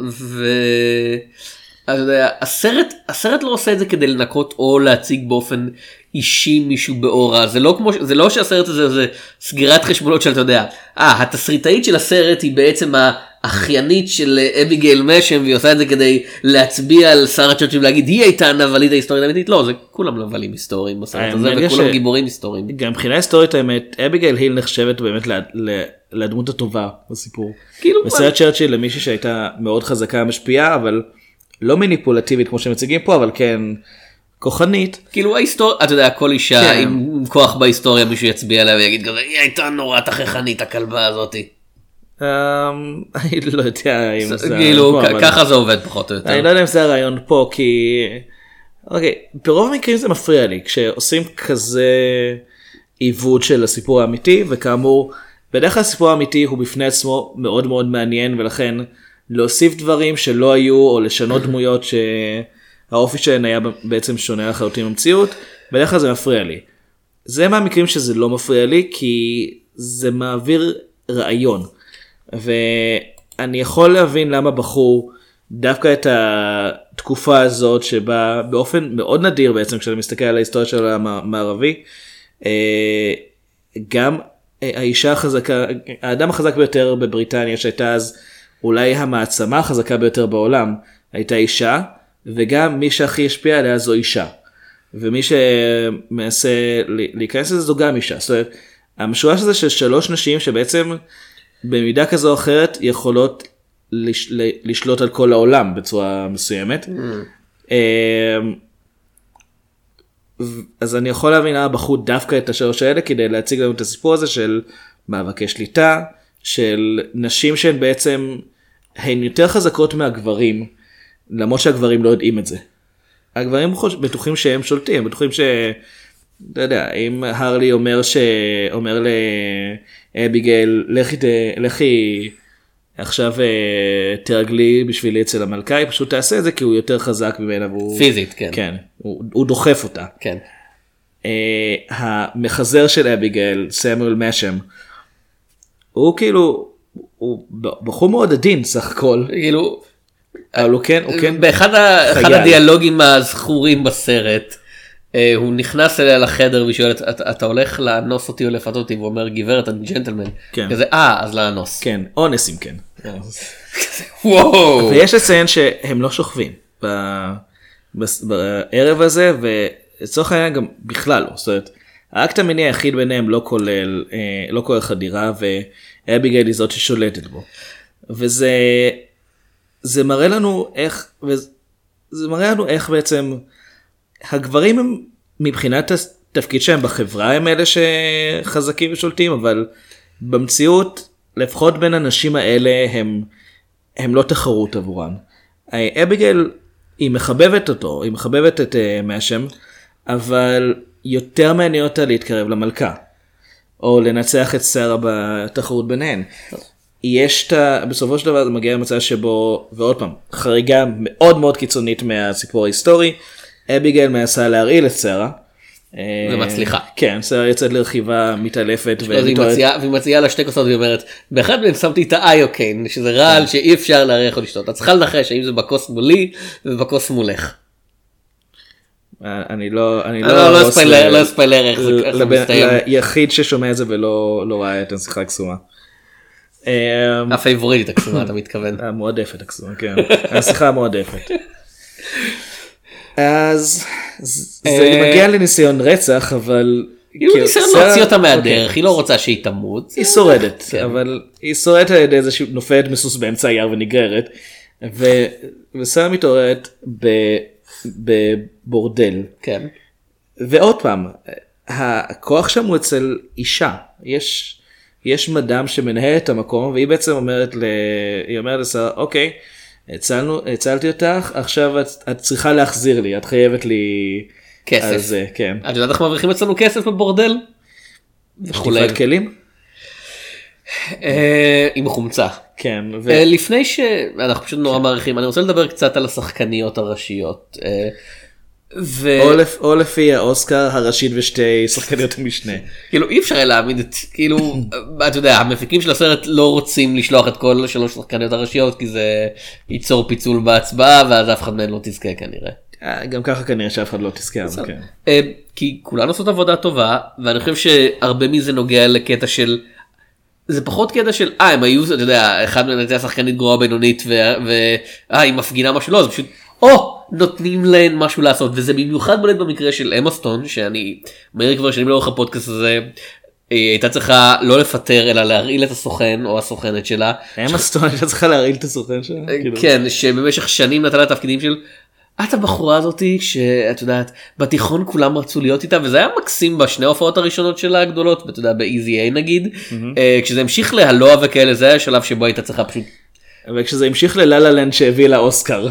ואתה יודע, הסרט, הסרט לא עושה את זה כדי לנקות או להציג באופן אישי מישהו באורה, זה לא כמו, זה לא שהסרט הזה זה סגירת חשבונות של, אתה יודע, אה, התסריטאית של הסרט היא בעצם האחיינית של אביגיל משם, והיא עושה את זה כדי להצביע על שרה צ'רצ'יל ולהגיד, היא הייתה הנבלית ההיסטורית האמיתית, לא, זה כולם נבלים היסטוריים בסרט הזה, וכולם גיבורים היסטוריים. גם מבחינה היסטורית האמת, אביגיל היל נחשבת באמת לדמות הטובה בסיפור. בסרט צ'רצ'יל למישהי שהייתה מאוד חזקה משפיעה, אבל לא מניפולטיבית כמו שמציגים פה, אבל כן כוחנית. כאילו ההיסטוריה, אתה יודע, כל אישה עם כוח בהיסטוריה מישהו יצביע עליה ויגיד כזה, היא הייתה נורא תכחנית הכלבה הזאתי. אני לא יודע אם זה... כאילו ככה זה עובד פחות או יותר. אני לא יודע אם זה הרעיון פה, כי... אוקיי, ברוב המקרים זה מפריע לי, כשעושים כזה עיוות של הסיפור האמיתי, וכאמור, בדרך כלל הסיפור האמיתי הוא בפני עצמו מאוד מאוד מעניין, ולכן להוסיף דברים שלא היו, או לשנות דמויות שהאופי שלהן היה בעצם שונה לחלוטין במציאות, בדרך כלל זה מפריע לי. זה מהמקרים שזה לא מפריע לי, כי זה מעביר רעיון. ואני יכול להבין למה בחור דווקא את התקופה הזאת, שבה באופן מאוד נדיר בעצם, כשאני מסתכל על ההיסטוריה של המערבי, גם האישה החזקה, האדם החזק ביותר בבריטניה, שהייתה אז אולי המעצמה החזקה ביותר בעולם, הייתה אישה, וגם מי שהכי השפיע עליה זו אישה. ומי שמנסה להיכנס לזה זו גם אישה. זאת אומרת, המשולש הזה של שלוש נשים שבעצם במידה כזו או אחרת יכולות לש, לשלוט על כל העולם בצורה מסוימת. Mm. אז אני יכול להבין למה בחרו דווקא את השלוש האלה כדי להציג לנו את הסיפור הזה של מאבקי שליטה, של נשים שהן בעצם הן יותר חזקות מהגברים, למרות שהגברים לא יודעים את זה. הגברים חוש... בטוחים שהם שולטים, בטוחים ש... אתה יודע, אם הרלי אומר ש... אומר לאביגיל, לכי, לכי עכשיו תרגלי בשבילי אצל המלכה, היא פשוט תעשה את זה כי הוא יותר חזק ממנה. והוא... פיזית, כן. כן, הוא, הוא דוחף אותה. כן. Uh, המחזר של אביגיל, סמואל משם, הוא כאילו, הוא בחור מאוד עדין סך הכל. כאילו, אבל הוא כן, הוא כן באחד אחד הדיאלוגים הזכורים בסרט, הוא נכנס אליה לחדר ושואל, אתה הולך לאנוס אותי או לפתות אותי? והוא אומר, גברת, אני ג'נטלמן. כזה, אה, אז לאנוס. כן, אונס אם כן. וואו. ויש לציין שהם לא שוכבים בערב הזה, ולצורך העניין גם בכלל לא. זאת אומרת, האקט המיני היחיד ביניהם לא כולל, לא כולל חדירה, ואביגיל היא זאת ששולטת בו. וזה, זה מראה לנו איך, זה מראה לנו איך בעצם, הגברים הם מבחינת התפקיד שלהם בחברה הם אלה שחזקים ושולטים, אבל במציאות, לפחות בין הנשים האלה, הם, הם לא תחרות עבורן. אביגיל היא מחבבת אותו, היא מחבבת את uh, משם, אבל יותר מעניין אותה להתקרב למלכה, או לנצח את שרה בתחרות ביניהן. יש את ה... בסופו של דבר זה מגיע למצב שבו, ועוד פעם, חריגה מאוד מאוד קיצונית מהסיפור ההיסטורי, אביגיל מנסה להרעיל את שרה. ומצליחה. כן, שרה יוצאת לרכיבה מתעלפת. והיא מציעה לה שתי כוסות והיא אומרת, באחד מהם שמתי את האיוקיין, שזה רעל שאי אפשר להריח או לשתות. את צריכה לנחש האם זה בכוס מולי ובכוס מולך. אני לא... אני לא אספיילר איך זה מסתיים. ליחיד ששומע את זה ולא רואה את השיחה הקסומה. הפייבוריטית הקסומה, אתה מתכוון. המועדפת הקסומה, כן. השיחה המועדפת. אז זה מגיע לניסיון רצח, אבל... היא ניסיון להוציא אותה מהדרך, היא לא רוצה שהיא תמות. היא שורדת, אבל היא שורדת על ידי איזושהי נופלת מסוס באמצע היער ונגררת, ושרה מתעוררת בבורדל. כן. ועוד פעם, הכוח שם הוא אצל אישה, יש... יש מדם שמנהל את המקום, והיא בעצם אומרת, ל... היא אומרת לשרה, אוקיי, הצלנו, הצלתי אותך, עכשיו את, את צריכה להחזיר לי, את חייבת לי... כסף. אז, כן. את יודעת איך מבריחים אצלנו כסף בבורדל? שטיפת כלים? עם חומצה. כן. לפני שאנחנו פשוט נורא מעריכים, אני רוצה לדבר קצת על השחקניות הראשיות. ו... או, לפ... או לפי האוסקר הראשית ושתי שחקניות המשנה. כאילו אי אפשר להעמיד את, כאילו, אתה יודע, המפיקים של הסרט לא רוצים לשלוח את כל שלוש שחקניות הראשיות, כי זה ייצור פיצול בהצבעה, ואז אף אחד מהן לא תזכה כנראה. גם ככה כנראה שאף אחד לא תזכה. כן. כי כולן עושות עבודה טובה, ואני חושב שהרבה מזה נוגע לקטע של, זה פחות קטע של, אה, הם היו, אתה יודע, אחד מהם הייתה שחקנית גרועה בינונית, ואה, היא מפגינה משהו, לא, זה פשוט, או, נותנים להן משהו לעשות, וזה במיוחד בולט במקרה של אמה סטון, שאני אומר כבר שנים לאורך הפודקאסט הזה, היא הייתה צריכה לא לפטר, אלא להרעיל את הסוכן, או הסוכנת שלה. אמה סטון הייתה צריכה להרעיל את הסוכן שלה? כן, שבמשך שנים נתנה תפקידים של, את הבחורה הזאתי, שאת יודעת, בתיכון כולם רצו להיות איתה, וזה היה מקסים בשני ההופעות הראשונות שלה הגדולות, ואתה יודע, ב-איזי איי נגיד, כשזה המשיך להלוע וכאלה, זה היה השלב שבו הייתה צריכה פשוט, וכשזה המשיך ללה לנד שהביא לה אוסקר.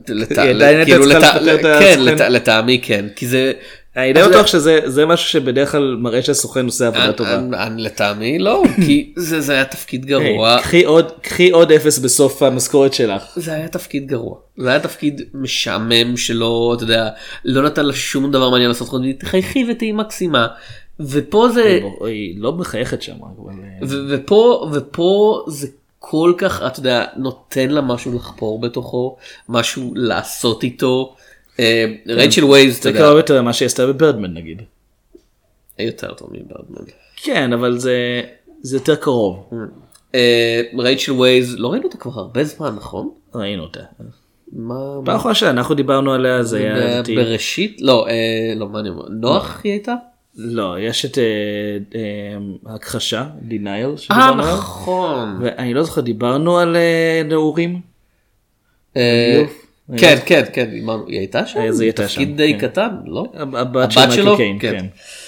כן, לטעמי כן, כי זה... אני די בטוח שזה משהו שבדרך כלל מראה שהסוכן עושה עבודה טובה. לטעמי לא, כי זה היה תפקיד גרוע. קחי עוד אפס בסוף המשכורת שלך. זה היה תפקיד גרוע. זה היה תפקיד משעמם שלא, אתה יודע, לא נתן לה שום דבר מעניין לעשות חוץ, תחייכי ותהי מקסימה. ופה זה... היא לא מחייכת שם. ופה זה... כל כך, אתה יודע, נותן לה משהו לחפור בתוכו, משהו לעשות איתו. רייצ'ל ווייז, אתה יודע. זה קרוב יותר מה שעשתה בברדמן נגיד. יותר טוב מברדמן. כן, אבל זה יותר קרוב. רייצ'ל ווייז, לא ראינו אותה כבר הרבה זמן, נכון? ראינו אותה. פעם אחרונה שאנחנו דיברנו עליה, זה היה... בראשית? לא, לא, מה אני אומר? נוח היא הייתה? לא, יש את הכחשה, denial. אה, נכון. ואני לא זוכר, דיברנו על נעורים? כן, כן, כן, היא הייתה שם? זה הייתה שם. תפקיד די קטן, לא? הבת שלו? כן.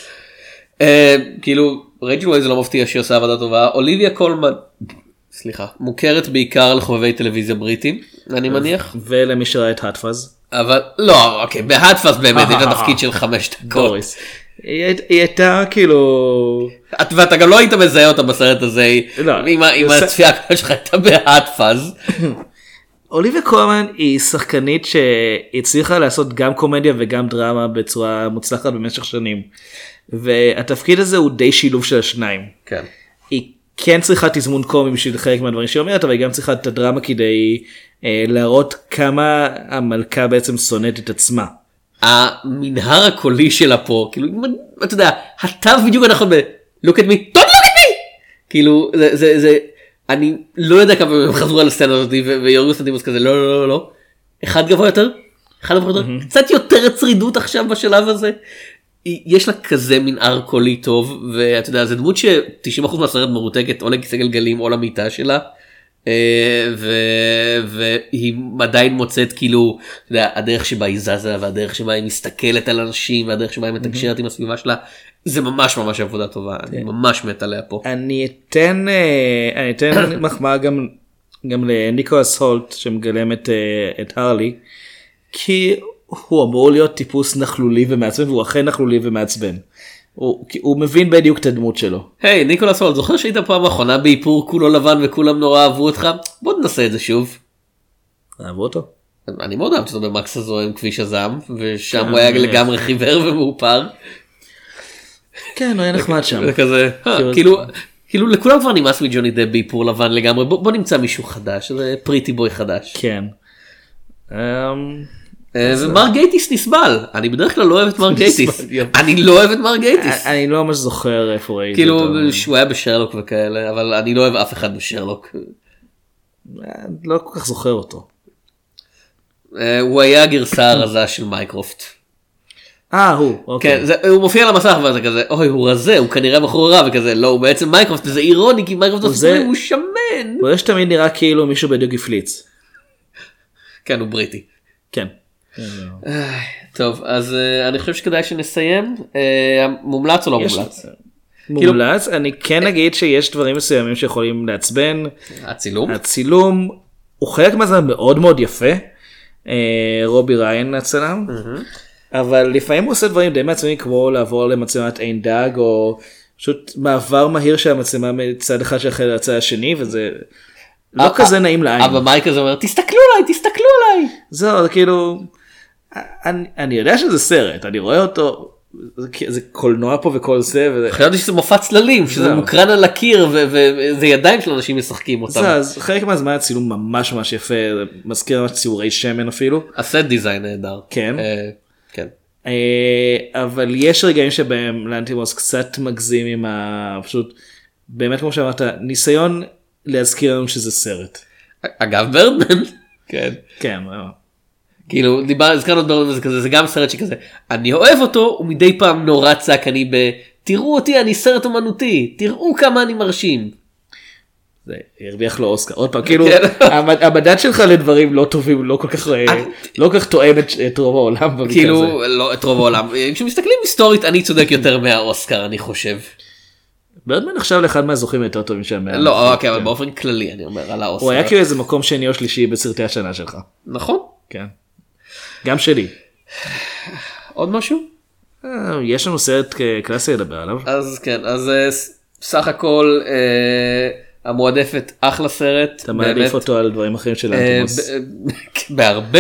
כאילו, רייצ'ל ווייז לא מפתיע שהיא עושה עבודה טובה. אוליביה קולמן, סליחה, מוכרת בעיקר לחובבי טלוויזיה בריטים, אני מניח. ולמי שראה את האטפאז. אבל לא, אוקיי, בהדפס באמת יש התפקיד של חמש דקות. דוריס. היא הייתה כאילו... ואתה גם לא היית מזהה אותה בסרט הזה, עם הצפייה הקודמת שלך הייתה בהדפס. אוליביה קולמן היא שחקנית שהצליחה לעשות גם קומדיה וגם דרמה בצורה מוצלחת במשך שנים. והתפקיד הזה הוא די שילוב של השניים. כן. היא כן צריכה תזמון קומי בשביל חלק מהדברים שהיא אומרת, אבל היא גם צריכה את הדרמה כדי אה, להראות כמה המלכה בעצם שונאת את עצמה. המנהר הקולי שלה פה, כאילו, אתה יודע, התו בדיוק הנכון ב- look at me, don't look at me! כאילו, זה, זה, זה, אני לא יודע כמה הם חזרו על הסצנה הזאת, ויוריוס אנטימוס כזה, לא, לא, לא, לא, אחד גבוה יותר, אחד גבוה יותר, קצת יותר צרידות עכשיו בשלב הזה, יש לה כזה מנהר קולי טוב, ואתה יודע, זה דמות ש-תשעים אחוז מהסרט מרותקת, או לכיסא גלגלים, או למיטה שלה, והיא עדיין מוצאת כאילו הדרך שבה היא זזה והדרך שבה היא מסתכלת על אנשים והדרך שבה היא מתקשרת עם הסביבה שלה, זה ממש ממש עבודה טובה, אני ממש מת עליה פה. אני אתן אני אתן מחמאה גם גם לניקולס הולט שמגלם את את הרלי, כי הוא אמור להיות טיפוס נכלולי ומעצבן, והוא אכן נכלולי ומעצבן. הוא, הוא מבין בדיוק את הדמות שלו. היי, hey, ניקולס הולט, זוכר שהיית פעם האחרונה באיפור כולו לבן וכולם נורא אהבו אותך? בוא ננסה את זה שוב. אהבו אותו? אני מאוד אהבתי אותו במקס הזוהם כביש הזעם, ושם הוא היה לגמרי חיוור ומאופר. כן, הוא היה נחמד שם. זה כזה, כאילו, כאילו לכולם כבר נמאס מג'וני דב באיפור לבן לגמרי, בוא נמצא מישהו חדש, זה פריטי בוי חדש. כן. ומר גייטיס נסבל, אני בדרך כלל לא אוהב את מר גייטיס, אני לא אוהב את מר גייטיס. אני לא ממש זוכר איפה ראיתי כאילו אותו. שהוא היה בשרלוק וכאלה, אבל אני לא אוהב אף אחד בשרלוק. לא כל כך זוכר אותו. הוא היה הגרסה הרזה של מייקרופט. אה, הוא, אוקיי. כן, הוא מופיע על המסך וזה כזה, אוי, הוא רזה, הוא כנראה בחור רע וכזה, לא, הוא בעצם מייקרופט, וזה אירוני, כי מייקרופט הוא שמן. הוא יש תמיד נראה כאילו מישהו בדיוק הפליץ. כן, הוא בריטי. כן. טוב, אז אני חושב שכדאי שנסיים. מומלץ או לא מומלץ? מומלץ, אני כן אגיד שיש דברים מסוימים שיכולים לעצבן. הצילום? הצילום הוא חלק מהזמן מאוד מאוד יפה. רובי ריין הצלם. אבל לפעמים הוא עושה דברים די מעצבנים, כמו לעבור למצלמת עין דג, או פשוט מעבר מהיר של המצלמה מצד אחד של החלק לצד השני, וזה לא כזה נעים לעין. אבל מייק הזה אומר, תסתכלו עליי, תסתכלו עליי. זהו, זה כאילו, אני, אני יודע שזה סרט, אני רואה אותו, זה, זה קולנוע פה וכל זה. חייבתי שזה מופע צללים, שזה מוקרן על הקיר, וזה ידיים של אנשים משחקים אותם. זה, אז חלק מהזמן הצילום ממש ממש יפה, מזכיר ממש ציורי שמן אפילו. הסט דיזיין נהדר. כן. כן. אבל יש רגעים שבהם לאנטימוס קצת מגזים עם ה... פשוט, באמת כמו שאמרת, ניסיון להזכיר לנו שזה סרט. אגב ברדמן. כן. כן. כאילו, הזכרנו את ברדמן וזה כזה, זה גם סרט שכזה, אני אוהב אותו, ומדי פעם נורא צעק אני ב... תראו אותי, אני סרט אומנותי, תראו כמה אני מרשים. זה הרוויח לו אוסקר. עוד פעם, כאילו, המדד שלך לדברים לא טובים, לא כל כך, לא כל כך תואם את רוב העולם. כאילו, לא את רוב העולם. כשמסתכלים היסטורית, אני צודק יותר מהאוסקר, אני חושב. ברדמן עכשיו לאחד מהזוכים יותר טובים שם. לא, אוקיי, אבל באופן כללי, אני אומר, על האוסקר. הוא היה כאילו איזה מקום שני או שלישי בסרטי השנה שלך. נכון. כן. גם שלי. עוד משהו? יש לנו סרט קלאסי לדבר עליו. אז כן, אז סך הכל... המועדפת אחלה סרט. אתה מעדיף אותו על דברים אחרים של אנטימוס. בהרבה.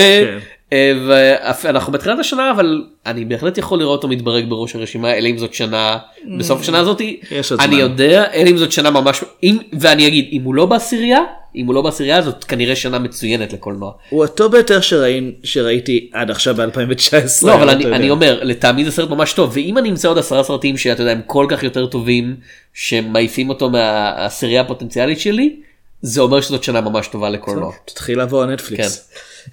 ואנחנו בתחילת השנה, אבל אני בהחלט יכול לראות אותו מתברג בראש הרשימה, אלא אם זאת שנה, בסוף השנה הזאת, אני יודע, אלא אם זאת שנה ממש, ואני אגיד, אם הוא לא בעשירייה, אם הוא לא בעשירייה, זאת כנראה שנה מצוינת לקולנוע. הוא הטוב ביותר שראיתי עד עכשיו ב-אלפיים תשע עשרה. לא, אבל אני אומר, לטעמי זה סרט ממש טוב, ואם אני אמצא עוד עשרה סרטים שאתה יודע, הם כל כך יותר טובים, שמעיפים אותו מהעשירייה הפוטנציאלית שלי, זה אומר שזאת שנה ממש טובה לקולנוע. תתחיל לעבור על נטפליקס.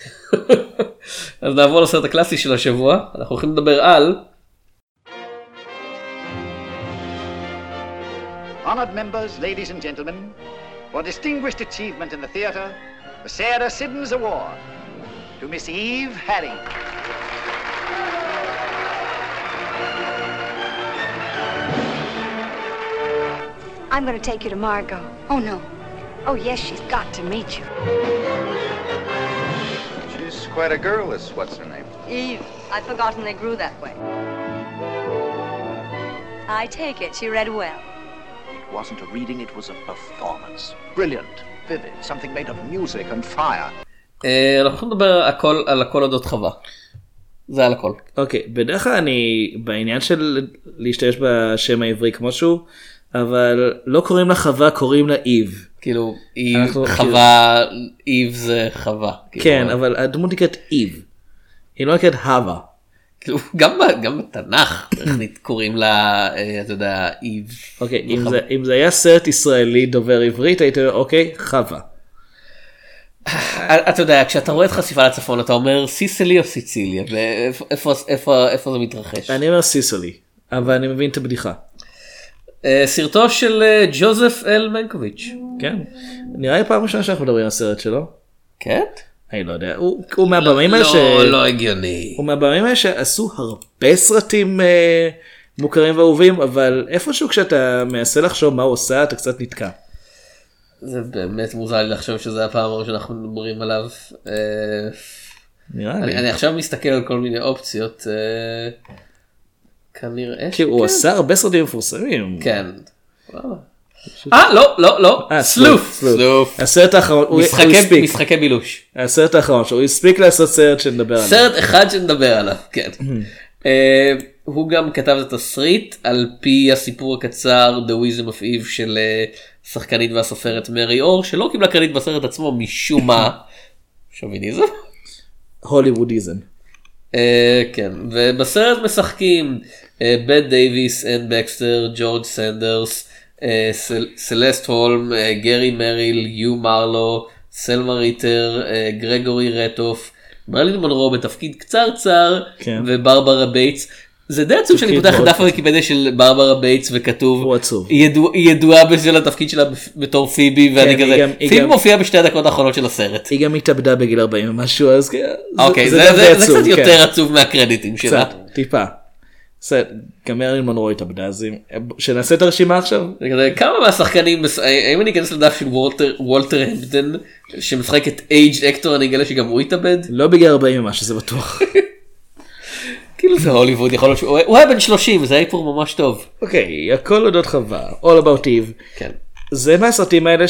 אז נעבור לסרט הקלאסי של השבוע, אנחנו הולכים לדבר על... Honored members, ladies and gentlemen, for distinguished achievement in the theater, the Sarah Siddons Award to Miss Eve Herring. I'm going to take you to Margot. Oh, no. Oh, yes, she's got to meet you. She's quite a girl, is what's her name? Eve. I'd forgotten they grew that way. I take it she read well. It wasn't a reading, it was a performance. Brilliant, vivid, something made of music and fire. אנחנו יכולים לדבר הכל על הכל אודות חווה. זה על הכל. אוקיי, בדרך כלל אני בעניין של להשתמש בשם העברי כמו שהוא, אבל לא קוראים לה חווה, קוראים לה איב. כאילו, חווה, איב זה חווה. כן, אבל הדמות נקראת איב. היא לא נקראת הווה. כאילו, גם בתנ"ך קוראים לה, אתה יודע, איב. אוקיי, אם זה היה סרט ישראלי דובר עברית, הייתי אומר, אוקיי, חווה. אתה יודע, כשאתה רואה את חשיפה לצפון, אתה אומר סיסלי או סיציליה, ואיפה זה מתרחש? אני אומר סיסלי, אבל אני מבין את הבדיחה. סרטו של ג'וזף אל מנקוביץ'. כן, נראה לי פעם ראשונה שאנחנו מדברים על הסרט שלו. כן? אני לא יודע, הוא מהבמים האלה ש... לא, לא הגיוני. הוא מהבמים האלה שעשו הרבה סרטים מוכרים ואהובים, אבל איפשהו כשאתה מנסה לחשוב מה הוא עושה, אתה קצת נתקע. זה באמת מוזר לי לחשוב שזה הפעם הראשונה שאנחנו מדברים עליו. נראה לי. אני עכשיו מסתכל על כל מיני אופציות. כנראה שכן. הוא עשה הרבה סרטים מפורסמים. כן. אה, לא, לא, לא. סלוף. סלוף. הסרט האחרון, הוא הספיק. משחקי בילוש. הסרט האחרון, שהוא הספיק לעשות סרט שנדבר עליו. סרט אחד שנדבר עליו, כן. הוא גם כתב את התסריט על פי הסיפור הקצר The Wisdom of Eve של שחקנית והסופרת מרי אור, שלא קיבלה קרדיט בסרט עצמו משום מה. שוביניזם? הוליוודיזם. כן, ובסרט משחקים בט דייביס, אן בקסטר, ג'ורג' סנדרס, סלסט הולם, גרי מריל, יו מרלו, סלמה ריטר, גרגורי רטוף, מרלין מונרו בתפקיד קצרצר, וברברה בייטס. זה די עצוב שאני פותח דף הוויקיפדיה של ברברה בייטס וכתוב, היא ידועה בשביל התפקיד שלה בתור פיבי, ואני כזה, פיבי מופיעה בשתי הדקות האחרונות של הסרט. היא גם התאבדה בגיל ארבעים ומשהו, אז אוקיי, זה קצת יותר עצוב מהקרדיטים שלה. קצת, טיפה. גם מרלין מונרו התאבדה, אז שנעשה את הרשימה עכשיו. כמה מהשחקנים, האם אני אכנס לדף של וולטר המפטון, שמשחק את אייג'ד אקטור, אני אגלה שגם הוא התאבד? לא בגיל ארבעים ומשהו, זה בטוח. כאילו זה הוליווד, יכול להיות שהוא היה בן שלושים, זה היה איפור ממש טוב. אוקיי, הכל אודות חווה, All About Eve. כן. זה מהסרטים האלה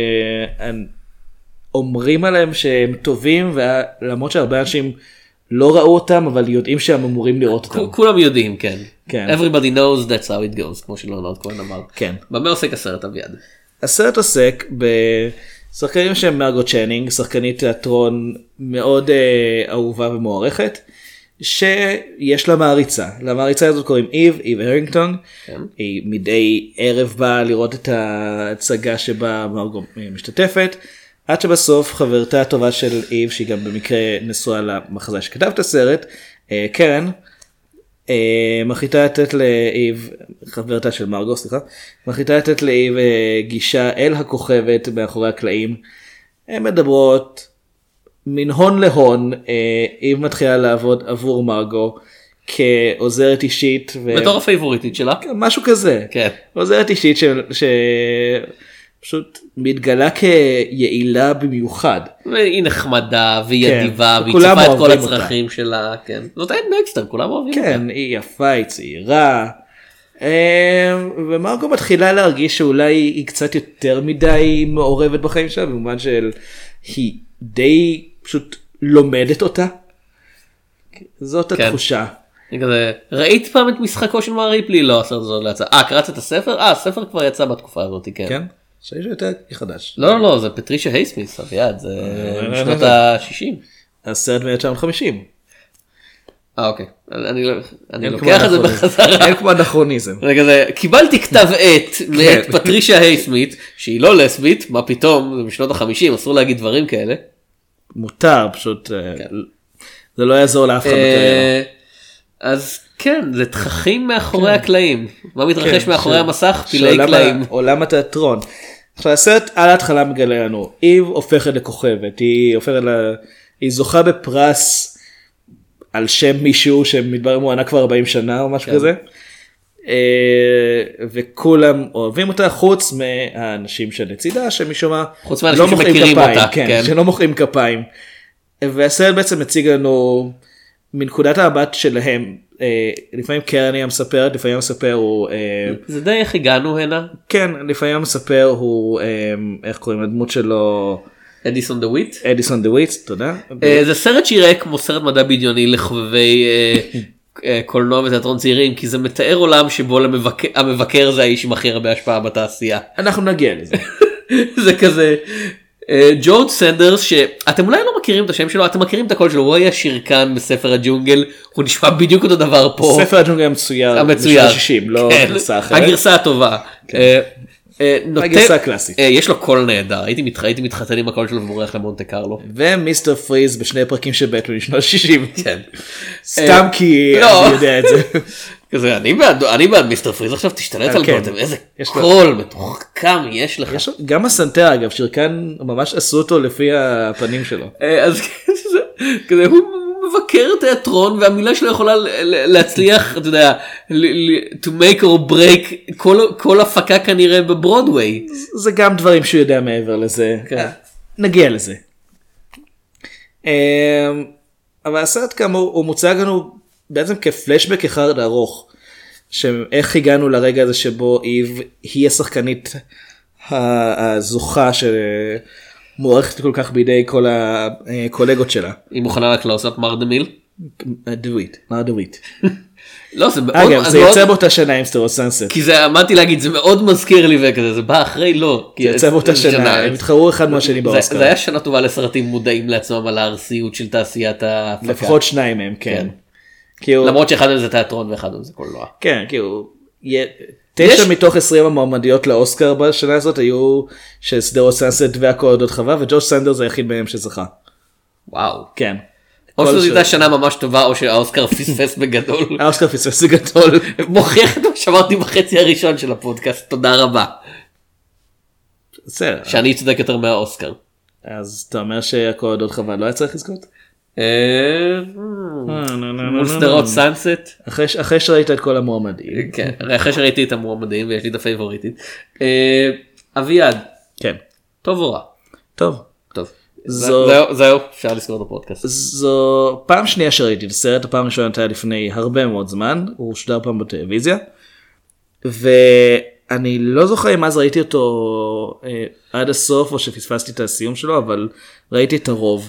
שאומרים עליהם שהם טובים, ולמרות שהרבה אנשים לא ראו אותם, אבל יודעים שהם אמורים לראות אותם. כולם יודעים, כן. כן. Everybody knows that's how it goes, כמו שלאונרד כהן אמר. כן. במה עוסק הסרט אביעד? הסרט עוסק בשחקנים שהם מרגוט צ'נינג, שחקנית תיאטרון מאוד אה, אהובה ומוערכת, שיש לה מעריצה. למעריצה הזאת קוראים איב, איב הרינגטון. כן. היא מדי ערב באה לראות את ההצגה שבה מרגו משתתפת, עד שבסוף חברתה הטובה של איב, שהיא גם במקרה נשואה למחזה שכתב את הסרט, קרן, מחליטה לתת לאיב, חברתה של מרגו, סליחה, מחליטה לתת לאיב גישה אל הכוכבת מאחורי הקלעים. הן מדברות מן הון להון, איב מתחילה לעבוד עבור מרגו כעוזרת אישית. בתור הפייבוריטית שלה? משהו כזה. כן. עוזרת אישית ש... פשוט מתגלה כיעילה במיוחד. והיא נחמדה והיא אדיבה, והיא צופה את כל הצרכים שלה, כן. זאת אין בקסטר, כולם אוהבים אותה. כן, היא יפה, היא צעירה. ומרגו מתחילה להרגיש שאולי היא קצת יותר מדי מעורבת בחיים שלה, במובן של היא די פשוט לומדת אותה. זאת התחושה. ראית פעם את משחקו של מר ריפלי? לא, הסרט הזה לא יצא. אה, קראת את הספר? אה, הספר כבר יצא בתקופה הזאת, כן. כן? שיש יותר חדש. לא, לא, לא, זה פטרישה הייסמית' אביעד, זה משנות ה-שישים. הסרט מ-תשע מאות וחמישים. אה, אוקיי. אני לוקח את זה בחזרה. אין כמו אנכרוניזם. קיבלתי כתב עת מאת פטרישה הייסמית' שהיא לא לסבית, מה פתאום, זה משנות ה-חמישים, אסור להגיד דברים כאלה. מותר, פשוט זה לא יעזור לאף אחד בקריירה. אז כן, זה תככים מאחורי הקלעים. מה מתרחש מאחורי המסך? פילי קלעים. עולם התיאטרון. עכשיו הסרט על ההתחלה מגלה לנו, איב הופכת לכוכבת, היא הופכת ל... היא זוכה בפרס על שם מישהו שמתברר מוענה כבר ארבעים שנה או משהו כזה. וכולם אוהבים אותה חוץ מהאנשים שלצידה שמשום מה חוץ מהאנשים שמכירים אותה, שלא מוחאים כפיים. והסרט בעצם מציג לנו מנקודת המבט שלהם, לפעמים קרני המספרת, לפעמים המספר הוא... זה די איך הגענו הנה? כן, לפעמים המספר הוא, איך קוראים לדמות שלו? אדיסון דה וויט? אדיסון דה וויט, תודה. זה סרט שיראה כמו סרט מדע בדיוני לחובבי קולנוע ותיאטרון צעירים, כי זה מתאר עולם שבו המבקר זה האיש עם הכי הרבה השפעה בתעשייה. אנחנו נגיע לזה. זה כזה... ג'ורג' סנדרס, שאתם אולי לא מכירים את השם שלו, אתם מכירים את הקול שלו, הוא היה שירקן בספר הג'ונגל, הוא נשמע בדיוק אותו דבר פה. ספר הג'ונגל המצויר, המצויר, שישים, לא גרסה אחרת. הגרסה הטובה. הגרסה הקלאסית. יש לו קול נהדר, הייתי מתחתן עם הקול שלו ובורח למונטה קרלו. ומיסטר פריז בשני פרקים של בטמן משנות ה-שישים. כן. סתם כי אני יודע את זה. כזה, אני בעד, אני בעד מיסטר פריז, עכשיו תשתלט על בוטם, איזה קול מתוחכם יש לך. גם הסנטר אגב, שירקן ממש עשו אותו לפי הפנים שלו. אז כזה, הוא מבקר תיאטרון והמילה שלו יכולה להצליח, אתה יודע, to make or break כל הפקה כנראה בברודווי. זה גם דברים שהוא יודע מעבר לזה, נגיע לזה. אבל הסרט כאמור הוא מוצג לנו בעצם כפלשבק אחד ארוך, שאיך הגענו לרגע הזה שבו איב היא השחקנית הזוכה שמוערכת כל כך בידי כל הקולגות שלה. היא מוכנה רק לעשות מר דמיל? דוויט, מר דוויט. לא, זה מאוד... אגב, זה יוצא באותה שנה עם סטאר סאנסט. כי זה, אמרתי להגיד, זה מאוד מזכיר לי וכזה, זה בא אחרי לא. זה יוצא באותה שנה, הם התחרו אחד מהשני באוסקר. זה היה שנה טובה לסרטים מודעים לעצמם על הארסיות של תעשיית ההפקה. לפחות שניים מהם, כן. למרות שאחד מהם זה תיאטרון ואחד מהם זה קולנוע. כן, כאילו, תשע מתוך עשרים המועמדיות לאוסקר בשנה הזאת היו של סדרות סאנסט והכל אודות חווה, וג'ורג' סנדרס זה היחיד מהם שזכה. וואו. כן. או שזו הייתה שנה ממש טובה, או שהאוסקר פספס בגדול. האוסקר פספס בגדול. מוכיח את מה שאמרתי בחצי הראשון של הפודקאסט, תודה רבה. בסדר. שאני צודק יותר מהאוסקר. אז אתה אומר שהכל אודות חווה לא היה צריך לזכות? מול סדרות סאנסט. אחרי שראית את כל המועמדים. כן, אחרי שראיתי את המועמדים ויש לי את הפייבוריטית. אביעד. כן. טוב או רע? טוב. טוב. זהו, אפשר לזכור את הפודקאסט. זו פעם שנייה שראיתי את הסרט, הפעם ראשונה הייתה לפני הרבה מאוד זמן, הוא שודר פעם בטלוויזיה, ואני לא זוכר אם אז ראיתי אותו עד הסוף או שפספסתי את הסיום שלו, אבל ראיתי את הרוב.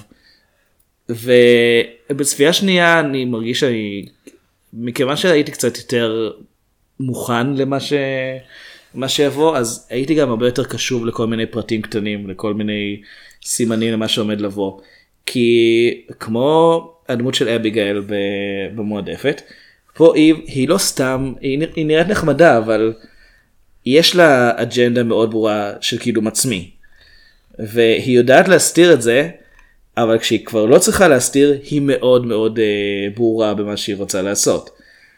ובצפייה שנייה אני מרגיש שאני, מכיוון שראיתי קצת יותר מוכן למה ש... מה שיבוא, אז הייתי גם הרבה יותר קשוב לכל מיני פרטים קטנים, לכל מיני סימנים למה שעומד לבוא. כי כמו הדמות של אביגיל במועדפת, פה היא, היא לא סתם, היא, היא נראית נחמדה, אבל יש לה אג'נדה מאוד ברורה של קידום עצמי. והיא יודעת להסתיר את זה, אבל כשהיא כבר לא צריכה להסתיר, היא מאוד מאוד אה, ברורה במה שהיא רוצה לעשות.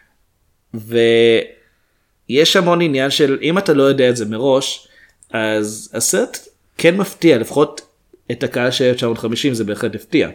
ויש המון עניין של, אם אתה לא יודע את זה מראש, אז הסרט כן מפתיע, לפחות את הקהל של אלף תשע מאות וחמישים זה בהחלט הפתיע.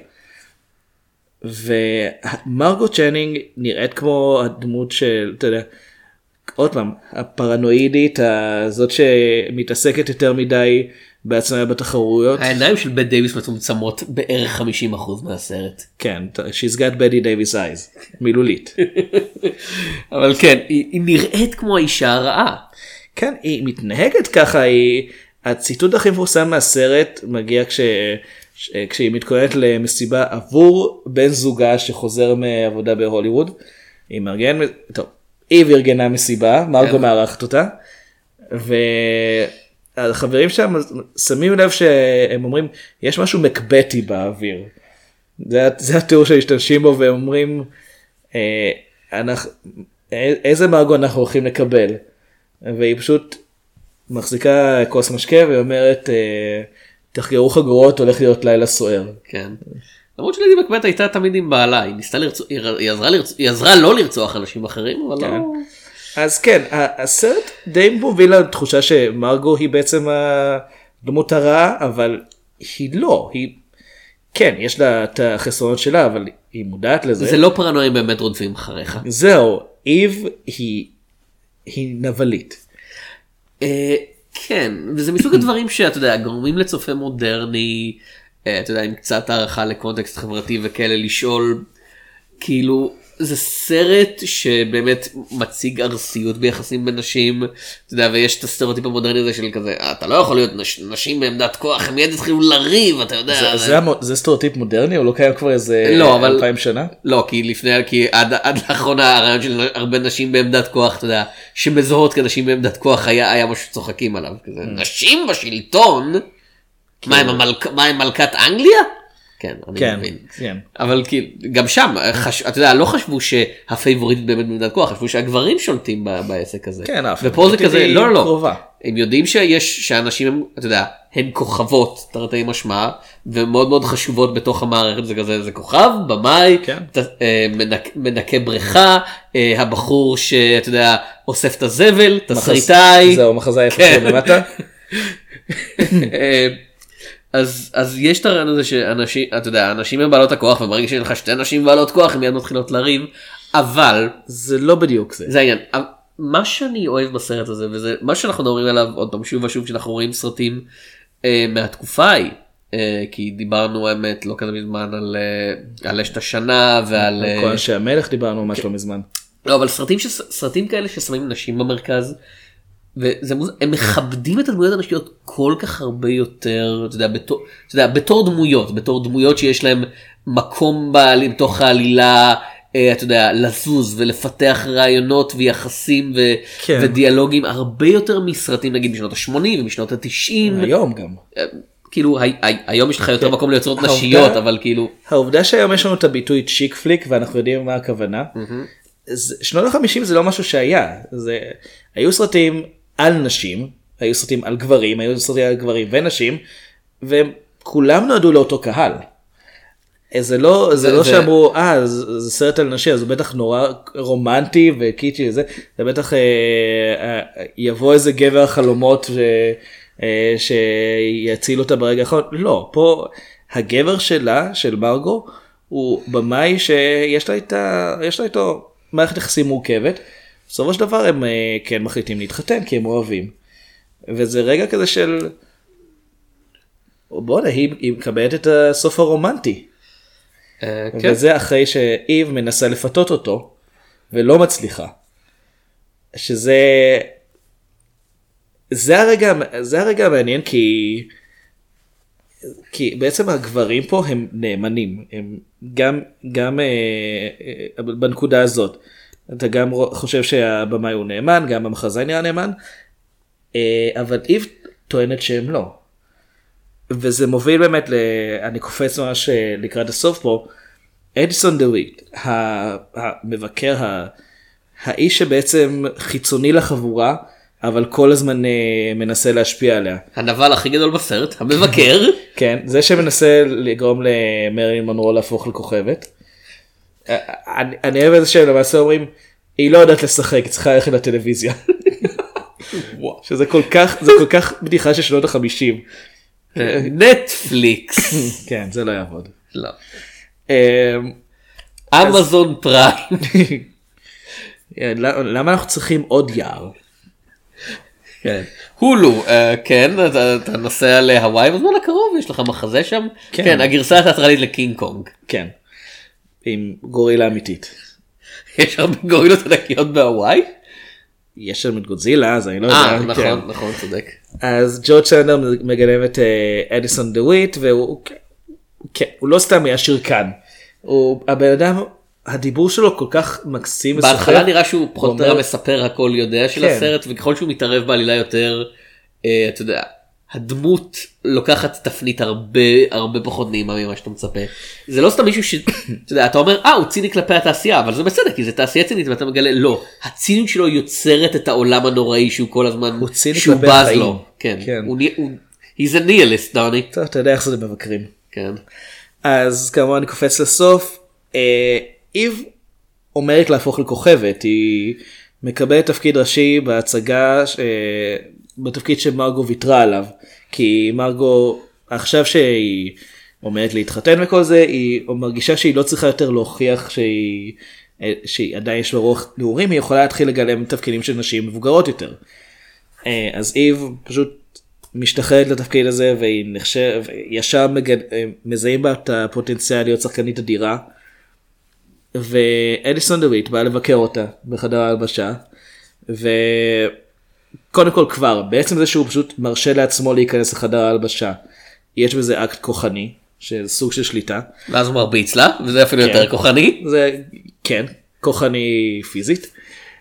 ומרגו צ'נינג נראית כמו הדמות של, אתה יודע, עוד פעם, הפרנואידית, הזאת שמתעסקת יותר מדי בעצמה בתחרויות. העיניים של בט דייוויס מצומצמות בערך חמישים אחוז מהסרט. כן, she's got Betty Davis eyes, מילולית. אבל כן, היא, היא נראית כמו האישה הרעה. כן, היא מתנהגת ככה, היא... הציטוט הכי מפורסם מהסרט מגיע כש... כשהיא מתכוננת למסיבה עבור בן זוגה שחוזר מעבודה בהוליווד. היא מארגן, טוב, היא ארגנה מסיבה, מרגו מארחת אותה, והחברים שם שמים לב שהם אומרים, יש משהו מקבטי באוויר. זה, זה התיאור שהשתמשים בו, והם אומרים, אה, אנחנו, איזה מרגו אנחנו הולכים לקבל? והיא פשוט מחזיקה כוס משקה ואומרת, תחגרו חגורות, הולך להיות לילה סוער. כן. למרות שלידי מקבט הייתה תמיד עם בעלה, היא ניסתה לרצוח, היא עזרה, לרצוח, היא עזרה לא לרצוח אנשים אחרים, אבל כן. לא... אז כן, הסרט די מוביל לתחושה שמרגו היא בעצם הדמות הרעה, אבל היא לא, היא... כן, יש לה את החסרונות שלה, אבל היא מודעת לזה. זה לא פרנואים באמת רודפים אחריך. זהו, איב היא, היא נבלית. כן, וזה מסוג הדברים שאתה יודע, גורמים לצופה מודרני אתה יודע, עם קצת הערכה לקונטקסט חברתי וכאלה, לשאול, כאילו, זה סרט שבאמת מציג ארסיות ביחסים בין נשים, אתה יודע, ויש את הסטריאוטיפ המודרני הזה של כזה, אתה לא יכול להיות נשים בעמדת כוח, הם מיד התחילו לריב, אתה יודע. זה סטריאוטיפ מודרני, או לא קיים כבר איזה אלפיים שנה? לא, כי לפני, כי עד לאחרונה הרעיון של הרבה נשים בעמדת כוח, אתה יודע, שמזוהות כנשים בעמדת כוח היה משהו צוחקים עליו, כזה, נשים בשלטון, מה הם מלכת אנגליה? כן, אני כן, מבין. כן. אבל כאילו, גם שם, חש... אתה יודע, לא חשבו שהפייבוריטית באמת במדינת כוח, חשבו שהגברים שולטים ב... בעסק הזה. כן, ופה זה כזה, לא, לא, לא. קרובה. הם יודעים שיש, שאנשים הם, אתה יודע, הן כוכבות, תרתי משמע, ומאוד מאוד חשובות בתוך המערכת, זה כזה, זה כוכב, במאי, כן. ת... מנק... מנקה בריכה, הבחור שאתה יודע, אוסף את הזבל, תסריטאי. זהו, מחזאי איפה שם למטה. אז, אז יש את הרעיון הזה שאנשים, אתה יודע, אנשים הם בעלות הכוח, וברגע שיש לך שתי נשים בעלות כוח, הם מיד מתחילות לריב, אבל... זה לא בדיוק זה. זה העניין. מה שאני אוהב בסרט הזה, וזה מה שאנחנו מדברים עליו עוד פעם שוב ושוב, כשאנחנו רואים סרטים אה, מהתקופה ההיא, אה, כי דיברנו האמת לא כזה מזמן על, אה, על אשת השנה, ועל... על כל אנשי המלך דיברנו ממש לא מזמן. לא, אבל סרטים, ש... סרטים כאלה ששמים נשים במרכז, וזה מוז... הם מכבדים את הדמויות הנשיות כל כך הרבה יותר, אתה יודע, בתור, אתה יודע, בתור דמויות, בתור דמויות שיש להם מקום בתוך העלילה, אתה יודע, לזוז ולפתח רעיונות ויחסים ו... כן. ודיאלוגים הרבה יותר מסרטים נגיד בשנות ה-שמונים ומשנות ה-תשעים. היום גם. כאילו ה... ה... היום יש לך יותר מקום ליוצרות העובדה... נשיות, אבל כאילו... העובדה שהיום יש לנו את הביטוי צ'יק פליק ואנחנו יודעים מה הכוונה. Mm-hmm. שנות ה-חמישים זה לא משהו שהיה, זה... היו סרטים על נשים, היו סרטים על גברים, היו סרטים על גברים ונשים, והם כולם נועדו לאותו קהל. זה לא, זה, זה לא זה... שאמרו, אה, זה, זה סרט על נשים, אז זה בטח נורא רומנטי וקיצ'י, זה, זה בטח אה, אה, יבוא איזה גבר חלומות ש, אה, שיציל אותה ברגע האחרון. לא, פה הגבר שלה, של מרגו, הוא במאי שיש לה איתה, יש לה איתו מערכת יחסים מורכבת, בסופו של דבר הם כן מחליטים להתחתן כי הם אוהבים. וזה רגע כזה של, בוא נה, היא, היא מקבלת את הסוף הרומנטי. Uh, וזה כן. אחרי שאיב מנסה לפתות אותו, ולא מצליחה. שזה, זה הרגע, זה הרגע המעניין כי, כי בעצם הגברים פה הם נאמנים. הם גם, גם uh, בנקודה הזאת. אתה גם חושב שהבמאי הוא נאמן, גם המחזאי נראה נאמן, אבל איב טוענת שהם לא. וזה מוביל באמת, אני קופץ ממש לקראת הסוף פה, אדיסון דוויט, המבקר, האיש שבעצם חיצוני לחבורה, אבל כל הזמן מנסה להשפיע עליה. הנבל הכי גדול בסרט, המבקר. כן, זה שמנסה לגרום למרילין מונרו להפוך לכוכבת. אני, אני אוהב איזה שהם למעשה אומרים, היא לא יודעת לשחק, היא צריכה ללכת לטלוויזיה. שזה כל כך, זה כל כך בדיחה של שנות החמישים. נטפליקס. כן, זה לא יעבוד. לא. אמזון פריים. למה אנחנו צריכים עוד יער? הולו, כן, אתה נוסע להוואי בזמן הקרוב, יש לך מחזה שם? כן, הגרסה התיאטרלית לקינג קונג. כן. עם גורילה אמיתית. יש הרבה גורילות ענקיות בהוואי? יש שם את גודזילה, אז אני לא יודע. אה, נכון, נכון, צודק. אז ג'ורג' סנדר מגלם את אדיסון דוויט, והוא לא סתם היה שרקן. הבן אדם, הדיבור שלו כל כך מקסים. בהתחלה נראה שהוא פחות או יותר מספר הכל יודע של הסרט, וככל שהוא מתערב בעלילה יותר, אתה יודע, הדמות לוקחת תפנית הרבה הרבה פחות נעימה ממה שאתה מצפה. זה לא סתם מישהו שאתה יודע, אתה אומר, אה, הוא ציני כלפי התעשייה, אבל זה בסדר, כי זה תעשייה צינית, ואתה מגלה, לא. הציניות שלו יוצרת את העולם הנוראי שהוא כל הזמן, הוא ציני כלפי החיים. כן, he's a nihilist, דוני. טוב, אתה יודע איך זה מבקרים. כן. אז כמובן אני קופץ לסוף, איב אומרת להפוך לכוכבת, היא מקבלת תפקיד ראשי בהצגה, בתפקיד שמרגו ויתרה עליו, כי מרגו עכשיו שהיא אומרת להתחתן וכל זה, היא מרגישה שהיא לא צריכה יותר להוכיח שהיא, שהיא עדיין יש לה רוח נעורים, היא יכולה להתחיל לגלם תפקידים של נשים מבוגרות יותר. אז איב פשוט משתחררת לתפקיד הזה והיא נחשב, ישר מגד... מזהים בה את הפוטנציאל להיות שחקנית אדירה. ואדיסון דוויט בא לבקר אותה בחדר ההלבשה. וקודם כל כבר, בעצם זה שהוא פשוט מרשה לעצמו להיכנס לחדר ההלבשה. יש בזה אקט כוחני, שזה סוג של שליטה. ואז הוא מרביץ לה, וזה אפילו כן. יותר כוחני. זה, כן, כוחני פיזית.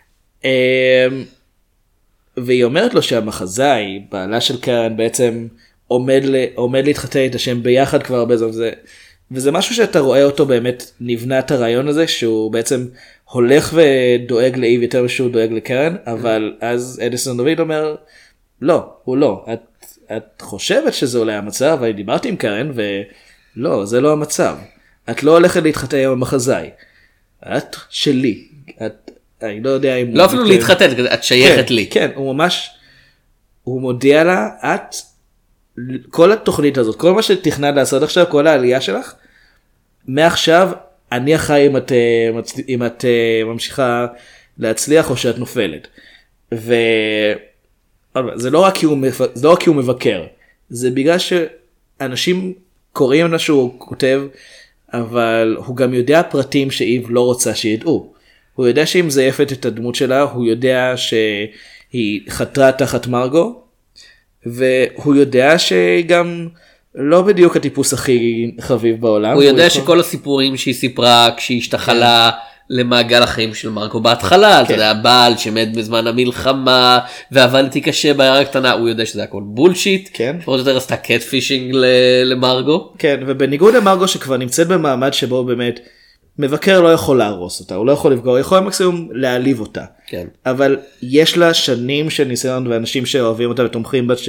והיא אומרת לו שהמחזאי, בעלה של קרן, בעצם עומד, עומד להתחתן איתה שהם ביחד כבר הרבה זמן. וזה, וזה משהו שאתה רואה אותו באמת נבנה את הרעיון הזה, שהוא בעצם הולך ודואג לאיב יותר משהו דואג לקרן, אבל אז אדיסון דוד אומר, לא, הוא לא. את, את חושבת שזה אולי המצב, אבל דיברתי עם קרן, ולא, זה לא המצב. את לא הולכת להתחתן עם המחזאי. את שלי. את... אני לא יודע אם... לא אפילו להתחתן, את שייכת לי. כן, הוא ממש, הוא מודיע לה, את, כל התוכנית הזאת, כל מה שתכננת לעשות עכשיו, כל העלייה שלך, מעכשיו אני אחראי אם את, אם את ממשיכה להצליח או שאת נופלת. וזה לא רק כי הוא, זה לא רק כי הוא מבקר, זה בגלל שאנשים קוראים מה שהוא כותב, אבל הוא גם יודע פרטים שאיב לא רוצה שידעו. הוא יודע שאם זייפת את הדמות שלה, הוא יודע שהיא חתרה תחת מרגו, והוא יודע שגם לא בדיוק הטיפוס הכי חביב בעולם. הוא יודע שכל הסיפורים שהיא סיפרה כשהיא השתחלה למעגל החיים של מרגו בהתחלה, אתה יודע, הבעל שמת בזמן המלחמה, ועבדתי קשה בעיירה קטנה, הוא יודע שזה הכל בולשיט, פחות או יותר עשתה קט פישינג למרגו. כן, ובניגוד למרגו שכבר נמצאת במעמד שבו באמת, מבקר לא יכול להרוס אותה, הוא לא יכול לפגוע, הוא יכול מקסימום להעליב אותה. כן. אבל יש לה שנים של ניסיון ואנשים שאוהבים אותה ותומכים בה ש...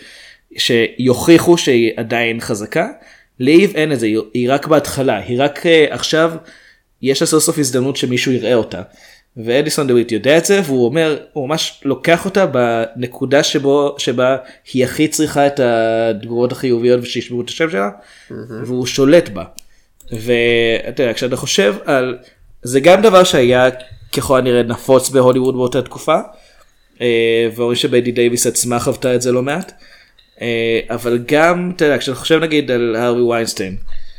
שיוכיחו שהיא עדיין חזקה. לאיב אין את זה, היא רק בהתחלה, היא רק עכשיו, יש לה סוף סוף הזדמנות שמישהו יראה אותה. ואדיסון דוויט יודע את זה, והוא אומר, הוא ממש לוקח אותה בנקודה שבו, שבה היא הכי צריכה את התגובות החיוביות ושישמעו את השם שלה, והוא שולט בה. ואתה יודע, כשאתה חושב על, זה גם דבר שהיה ככל הנראה נפוץ בהוליווד באותה תקופה, ואומרים שביידי דייביס עצמה חוותה את זה לא מעט, אבל גם, אתה יודע, כשאתה חושב נגיד על הארווי ויינסטיין,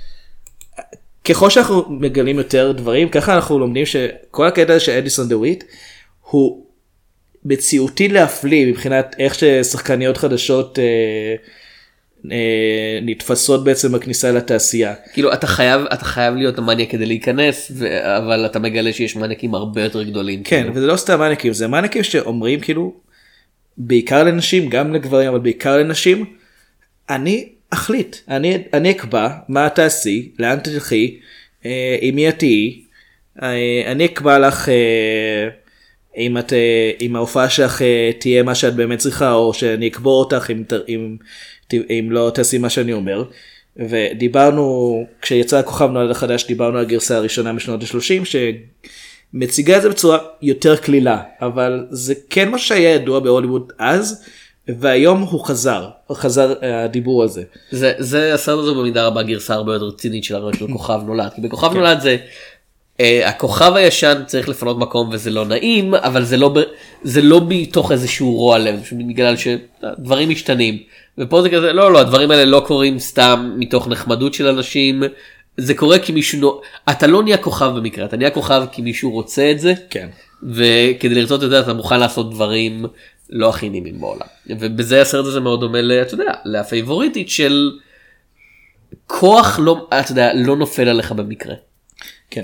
ככל שאנחנו מגלים יותר דברים, ככה אנחנו לומדים שכל הקטע של אדיסון דוויט, הוא מציאותי להפליא מבחינת איך ששחקניות חדשות נתפסות בעצם בכניסה לתעשייה. כאילו אתה חייב, אתה חייב להיות המניאק כדי להיכנס, אבל אתה מגלה שיש מניאקים הרבה יותר גדולים. כן, וזה לא סתם מניאקים, זה מניאקים שאומרים כאילו, בעיקר לנשים, גם לגברים, אבל בעיקר לנשים, אני אחליט, אני, אני אקבע מה תעשי, לאן תלכי, עם מי תהיי, אני אקבע לך אם, את, אם ההופעה שלך תהיה מה שאת באמת צריכה, או שאני אקבור אותך אם, אם, אם לא תעשי מה שאני אומר. ודיברנו, כשיצא הכוכב נולד החדש, דיברנו על הגרסה הראשונה משנות ה-שלושים, שמציגה את זה בצורה יותר כלילה, אבל זה כן מה שהיה ידוע בהוליווד אז, והיום הוא חזר, חזר הדיבור הזה. זה, זה הסרט הזה במידה רבה גרסה הרבה יותר רצינית של הרעיון של כוכב נולד, כי בכוכב נולד זה, הכוכב הישן צריך לפנות מקום וזה לא נעים, אבל זה לא, זה לא בתוך איזשהו רוע לב, בגלל שדברים משתנים. ופה זה כזה, לא, לא, הדברים האלה לא קורים סתם מתוך נחמדות של אנשים, זה קורה כי מישהו, אתה לא נהיה כוכב במקרה, אתה נהיה כוכב כי מישהו רוצה את זה, כן. וכדי לרצות את זה אתה מוכן לעשות דברים לא הכי נעימים בעולם. ובזה הסרט הזה מאוד דומה, אתה יודע, לפייבוריטית של כוח לא, אתה יודע, לא נופל עליך במקרה. כן.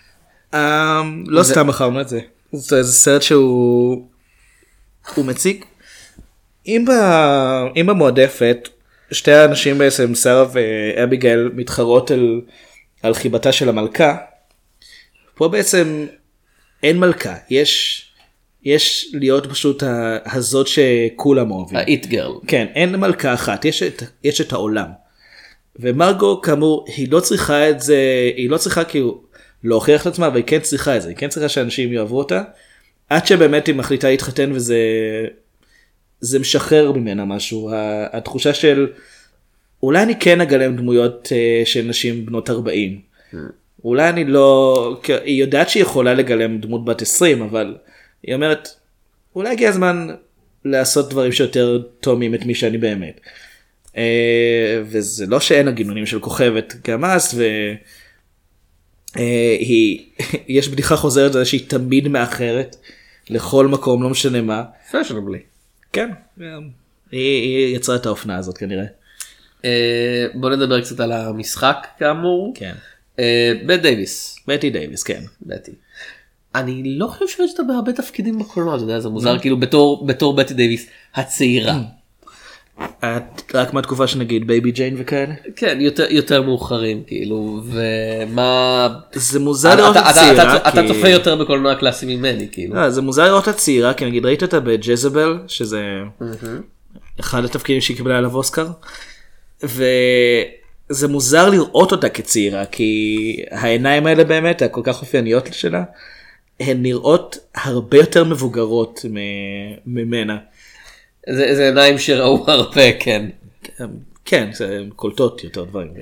לא סתם בחרנו את זה. זה סרט שהוא הוא מציג. אם במועדפת שתי האנשים בעצם, שרה ואביגיל, מתחרות על, על חיבתה של המלכה, פה בעצם אין מלכה, יש, יש להיות פשוט הזאת שכולם אוהבים. ה-it girl. כן, אין מלכה אחת, יש את, יש את העולם. ומרגו כאמור, היא לא צריכה את זה, היא לא צריכה כאילו להוכיח את עצמה, אבל היא כן צריכה את זה, היא כן צריכה שאנשים יאהבו אותה, עד שבאמת היא מחליטה להתחתן וזה... זה משחרר ממנה משהו, התחושה של אולי אני כן אגלם דמויות של נשים בנות ארבעים, אולי אני לא, היא יודעת שהיא יכולה לגלם דמות בת עשרים, אבל היא אומרת אולי הגיע הזמן לעשות דברים שיותר תואמים את מי שאני באמת. וזה לא שאין הגינונים של כוכבת גם אז, והיא, יש בדיחה חוזרת על זה שהיא תמיד מאחרת לכל מקום, לא משנה מה. פשנבלי. כן, היא יצרה את האופנה הזאת כנראה. בוא נדבר קצת על המשחק כאמור. כן. בט דייביס. בטי דייביס, כן. בטי. אני לא חושב שיש אותה בהרבה תפקידים בקולנוע, אתה יודע, זה מוזר, כאילו בתור, בתור בטי דייביס הצעירה. את רק מהתקופה שנגיד בייבי ג'יין וכאלה? כן, יותר, יותר מאוחרים, כאילו, ומה... זה מוזר לראות את הצעירה, אתה, אתה, אתה צופה יותר בקולנוע קלאסי ממני, כאילו. לא, זה מוזר לראות את הצעירה, כי נגיד ראית אותה בג'זבל, שזה אחד התפקידים שהיא קיבלה עליו אוסקר, וזה מוזר לראות אותה כצעירה, כי העיניים האלה באמת, הכל כך אופייניות שלה, הן נראות הרבה יותר מבוגרות ממנה. זה, זה עיניים שראו הרבה, כן. כן, זה קולטות יותר דברים.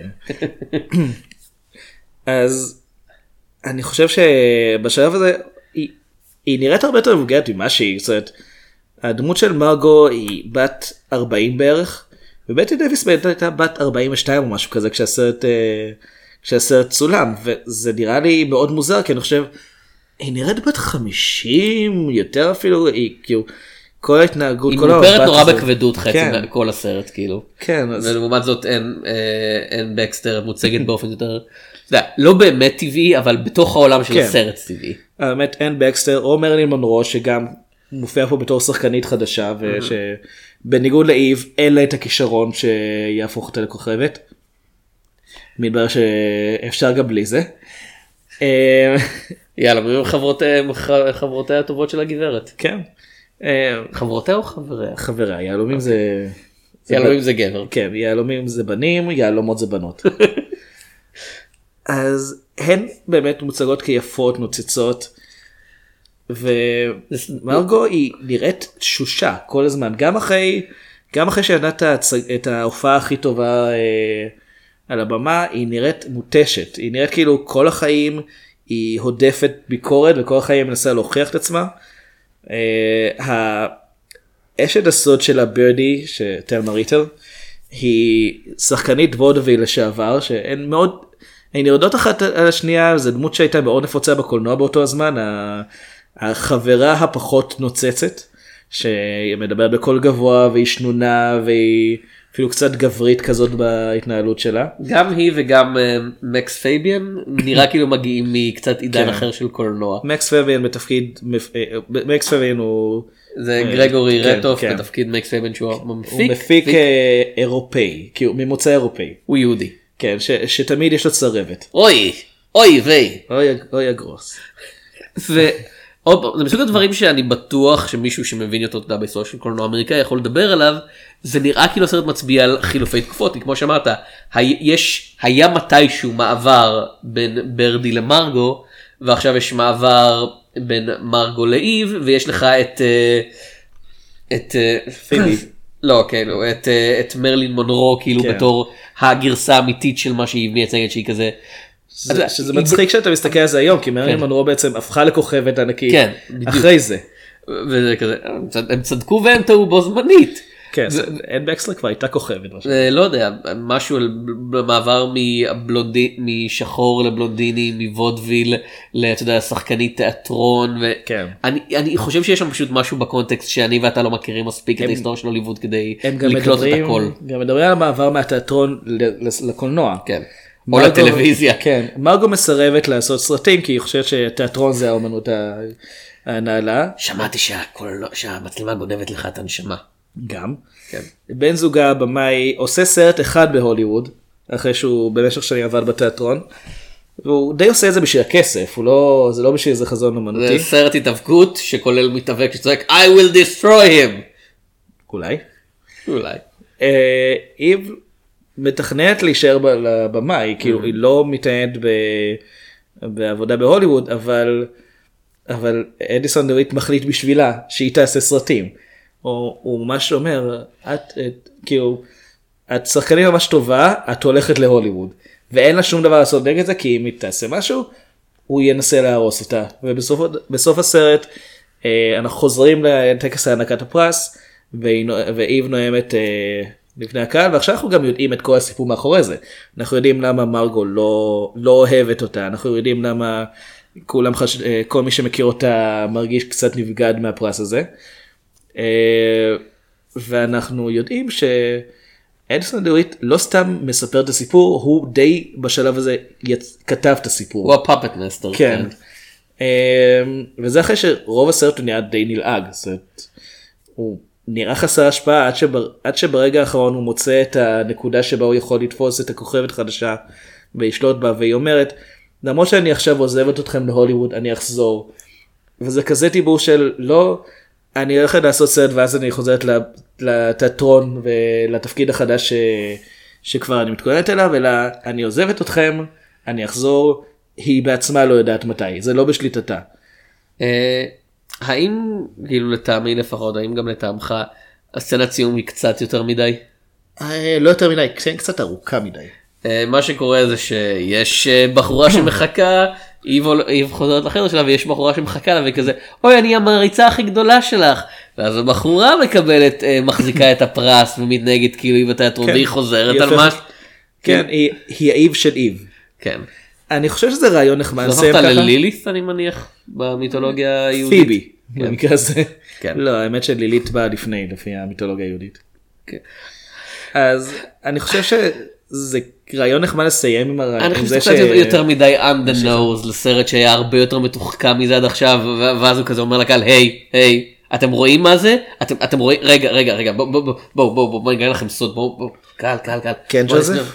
אז אני חושב שבשלב הזה, היא, היא נראית הרבה יותר מבוגרת ממה שהיא, זאת אומרת, הדמות של מרגו היא בת ארבעים בערך, ובטי דייביס באמת הייתה בת ארבעים ושתיים או משהו כזה, כשהסרט, כשהסרט צולם, וזה נראה לי מאוד מוזר, כי אני חושב, היא נראית בת חמישים, יותר אפילו, היא כאילו, כל ההתנהגות, היא כל מופרת נורא בכבדות חצי כן. בכל הסרט, כאילו. כן. אז... ולעומת זאת אין, אין בקסטר מוצגת באופן יותר, יודע, לא באמת טבעי, אבל בתוך העולם של כן. הסרט טבעי. האמת, אין בקסטר, או מרלין מונרו, שגם מופיע פה בתור שחקנית חדשה, ושבניגוד לאיב, אין לה את הכישרון שיהפוך אותה לכוכבת. מתברר שאפשר גם בלי זה. יאללה, מי חברותיה הטובות של הגברת? כן. חברותיה או חבריה? חבריה, יהלומים זה... יהלומים זה גבר. כן, יהלומים זה בנים, יהלומות זה בנות. אז הן באמת מוצגות כיפות, נוצצות, ומרגו היא נראית תשושה כל הזמן, גם אחרי, גם אחרי שידעת את ההופעה הכי טובה אה, על הבמה, היא נראית מוטשת, היא נראית כאילו כל החיים היא הודפת ביקורת, וכל החיים מנסה להוכיח את עצמה. האשת הסוד של הבירדי, שטלמה ריטל, היא שחקנית וודוויל לשעבר, שהן מאוד, הן יורדות אחת על השנייה, זו דמות שהייתה מאוד נפוצה בקולנוע באותו הזמן, החברה הפחות נוצצת, שמדברת בקול גבוה והיא שנונה והיא אפילו קצת גברית כזאת בהתנהלות שלה. גם היא וגם מקס פייביאן נראה כאילו מגיעים מקצת עידן אחר של קולנוע. מקס פייביאן בתפקיד, מקס פייביאן הוא... זה גרגורי רטוף בתפקיד מקס פייביאן שהוא מפיק. הוא מפיק אירופאי, כאילו ממוצא אירופאי. הוא יהודי. כן, שתמיד יש לו צרבת. אוי, אוי ויי. אוי הגרוס. עוד פעם, זה מסוג הדברים שאני בטוח שמישהו שמבין יותר תודה בהיסטוריה של קולנוע אמריקאי יכול לדבר עליו, זה נראה כאילו הסרט מצביע על חילופי תקופות, כמו שאמרת, יש, היה מתישהו מעבר בין ברדי למרגו, ועכשיו יש מעבר בין מרגו לאיב, ויש לך את, את, פיבי. לא, כאילו, את, את מרלין מונרו, כאילו כן. בתור הגרסה האמיתית של מה שהיא מייצגת, שהיא כזה, שזה, שזה מצחיק שאתה מסתכל על זה היום, כי מרלין מונרו בעצם הפכה לכוכבת ענקית. כן, אחרי זה. וזה כזה, הם צדקו והם טעו בו זמנית. כן, אין בקסלר כבר הייתה כוכבת. לא יודע, משהו במעבר משחור לבלונדיני, מבודוויל, אתה יודע, שחקנית תיאטרון. אני חושב שיש שם פשוט משהו בקונטקסט שאני ואתה לא מכירים מספיק את ההיסטוריה של הוליווד כדי לקלוט את הכל. גם מדברים על המעבר מהתיאטרון לקולנוע. כן. או לטלוויזיה. כן, מרגו מסרבת לעשות סרטים, כי היא חושבת שתיאטרון זה האומנות הנעלה. שמעתי שהמצלמה גונבת לך את הנשמה. גם. כן. בן זוגה במאי עושה סרט אחד בהוליווד, אחרי שהוא במשך שנים עבד בתיאטרון, והוא די עושה את זה בשביל הכסף, הוא לא, זה לא בשביל איזה חזון אומנותי. זה סרט התאבקות שכולל מתאבק שצועק I will destroy him. אולי. אולי. איב מתכננת להישאר לבמאי, כאילו היא לא מתעניינת בעבודה בהוליווד, אבל אבל אדיסון דוויט מחליט בשבילה שהיא תעשה סרטים. הוא ממש אומר, את כאילו, את שחקנית ממש טובה, את הולכת להוליווד, ואין לה שום דבר לעשות נגד זה, כי אם היא תעשה משהו, הוא ינסה להרוס אותה. ובסוף הסרט אנחנו חוזרים לטקס הענקת הפרס, ואיב נואמת לפני הקהל, ועכשיו אנחנו גם יודעים את כל הסיפור מאחורי זה. אנחנו יודעים למה מרגו לא, לא אוהבת אותה, אנחנו יודעים למה כולם חש... כל מי שמכיר אותה מרגיש קצת נבגד מהפרס הזה. ואנחנו יודעים שאדיסון דוויט לא סתם מספר את הסיפור, הוא די בשלב הזה יצ... כתב את הסיפור. הוא הפאפט מאסטר. כן. וזה אחרי שרוב הסרט הוא נהיה די נלעג. זאת אומרת, הוא נראה חסר השפעה עד, שבר... עד שברגע האחרון הוא מוצא את הנקודה שבה הוא יכול לתפוס את הכוכבת חדשה וישלוט בה, והיא אומרת, למרות שאני עכשיו עוזבת אתכם להוליווד, אני אחזור. וזה כזה דיבור של לא, אני הולכת לעשות סרט ואז אני חוזרת לתיאטרון ולתפקיד החדש ש... שכבר אני מתכוננת אליו, אלא אני עוזבת אתכם, אני אחזור, היא בעצמה לא יודעת מתי, זה לא בשליטתה. האם, כאילו לטעמי לפחות, האם גם לטעמך, הסצנת סיום היא קצת יותר מדי? לא יותר מדי, קצת ארוכה מדי. מה שקורה זה שיש בחורה שמחכה, איב חוזרת לחדר שלה ויש בחורה שמחכה לה וכזה, אוי אני המעריצה הכי גדולה שלך, ואז הבחורה מקבלת, מחזיקה את הפרס ומתנהגת כאילו היא בתיאטרון והיא חוזרת על מה. כן, היא האיב של איב. כן. אני חושב שזה רעיון נחמד. זה הפכת ללילית' אני מניח במיתולוגיה היהודית. פיבי, במקרה הזה. לא, האמת שלילית באה לפני, לפי המיתולוגיה היהודית. אז אני חושב שזה רעיון נחמד לסיים עם הרעיון. אני חושב שזה קצת יותר מדי on the nose לסרט שהיה הרבה יותר מתוחכם מזה עד עכשיו, ואז הוא כזה אומר לקהל, היי, היי, אתם רואים מה זה? אתם רואים, רגע, רגע, רגע, בואו, בואו, בואו, בואו, בואו, נגלה לכם סוד, בואו, בואו, קהל, קהל, קהל. כן, ג'וזף?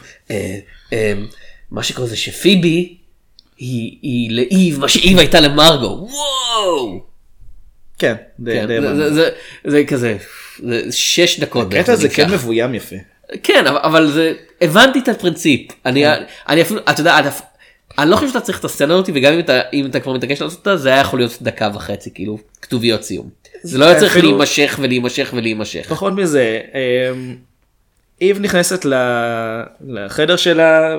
מה שקורה זה שפיבי היא, היא לאיב, מה שאיב הייתה למרגו, וואו! כן, כן זה, זה, זה כזה, זה שש דקות. הקטע זה כן מבוים יפה. כן, אבל, אבל זה, הבנתי את הפרינציפ. אני, אני אפילו, אתה יודע, אני, אני לא חושב שאתה צריך את הסצנה אותי, וגם אם אתה, אם אתה כבר מתעקש לעשות אותה, זה היה יכול להיות דקה וחצי, כאילו, כתוביות סיום. זה לא היה צריך להימשך ולהימשך ולהימשך. פחות מזה, איב נכנסת לחדר שלה,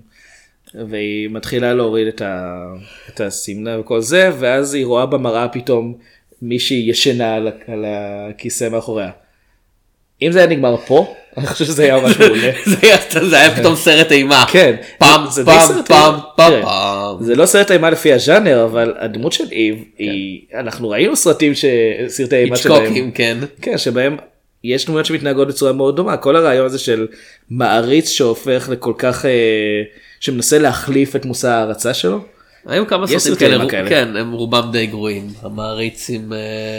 והיא מתחילה להוריד את, ה, את הסמלה וכל זה, ואז היא רואה במראה פתאום מישהי ישנה על, על הכיסא מאחוריה. אם זה היה נגמר פה, אני חושב שזה היה ממש מעולה. זה היה פתאום סרט אימה. כן. פעם, פעם, פעם, פעם, פעם. זה לא סרט אימה לפי הז'אנר, אבל הדמות של איב, אנחנו ראינו סרטים, סרטי אימה שלהם. היצ'קוקים, כן. כן, שבהם יש דמויות שמתנהגות בצורה מאוד דומה. כל הרעיון הזה של מעריץ שהופך לכל כך, שמנסה להחליף את מושא ההרצה שלו. היו כמה סרטים כאלה, כן, הם רובם די גרועים. המעריץ עם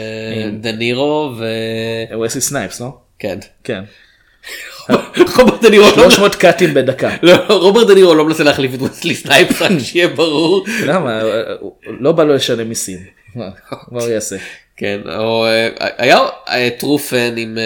דנירו ו... וסלי סנייפס, לא? כן. כן. רוברט דנירו... שלוש מאות קאטים בדקה. רוברט דנירו לא מנסה להחליף את וסלי סנייפס, רק שיהיה ברור. למה? לא בא לו לשלם מיסים. מה הוא יעשה? כן, או היה טרופן עם...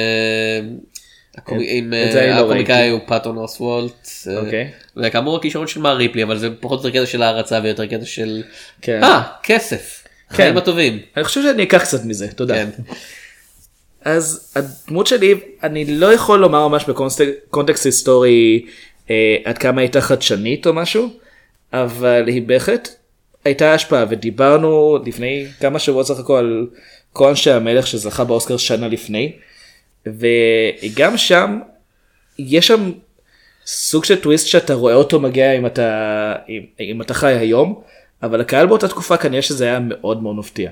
עם הקומיקאי הוא פאטון אוסוולט, וכאמור הכישרון של מר ריפלי, אבל זה פחות יותר קטע של ההרצה ויותר קטע של אה, כסף, חיים הטובים. אני חושב שאני אקח קצת מזה, תודה. אז הדמות שלי, אני לא יכול לומר ממש בקונטקסט היסטורי עד כמה הייתה חדשנית או משהו, אבל היא בהחלט הייתה השפעה, ודיברנו לפני כמה שבועות סך הכל על כל אנשי המלך שזכה באוסקר שנה לפני, וגם שם יש שם סוג של טוויסט שאתה רואה אותו מגיע אם אתה, אם, אם אתה חי היום, אבל הקהל באותה תקופה כנראה שזה היה מאוד מאוד מפתיע,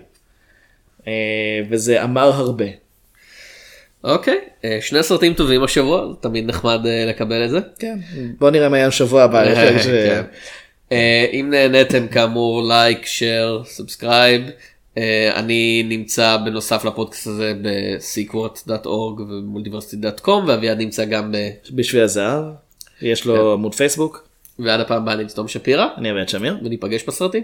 וזה אמר הרבה. אוקיי, שני סרטים טובים השבוע, תמיד נחמד לקבל את זה. כן, בוא נראה מה היה השבוע הבא. אם נהנתם כאמור לייק, שייר, סאבסקרייב. אני נמצא בנוסף לפודקאסט הזה בסיקוורט דוט אורג ומולטיברסיטי דוט קום, ואביעד נמצא גם בשביל הזהב, יש לו עמוד פייסבוק. ועד הפעם הבאה אני תום שפירא, אני אביעד שמיר, וניפגש בסרטים.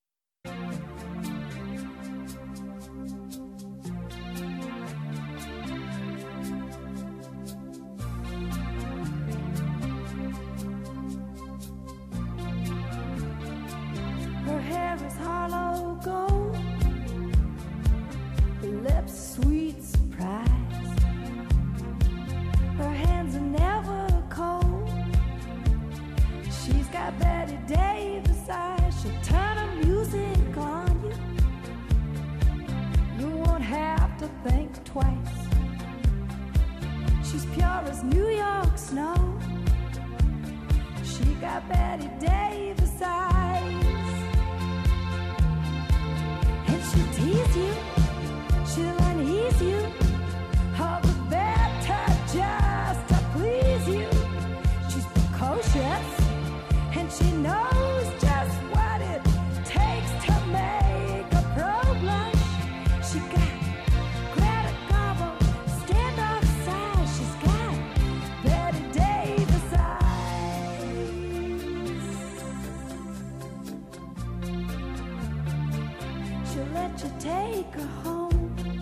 Sweet surprise. Her hands are never cold. She's got Betty Davis eyes. She'll turn 'em got Betty Davis eyes. And she'll tease you, she'll unease you, all the better just to please you. She's precocious, and she knows just what it takes to make a pro blush. She got Greta Garbo, standoff size. She's got Betty Davis eyes. She'll let you take her home,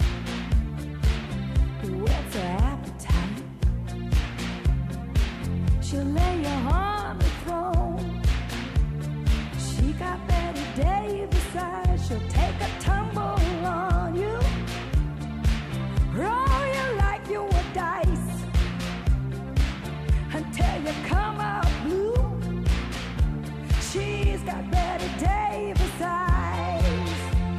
whet's her appetite. She'll lay you on the throne. She got Betty Davis eyes. She'll take a tumble on you, roll you like you were dice, until you come out blue. She's got Betty Davis eyes.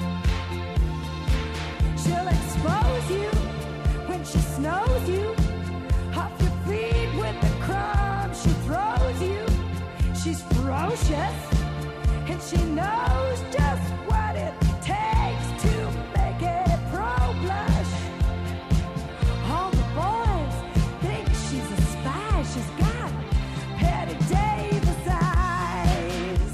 She'll expose you when she snows you, off your feet with the crumbs she throws you. She's ferocious, and she knows just what it takes to make a pro blush. All the boys think she's a spy. She's got Betty Davis eyes.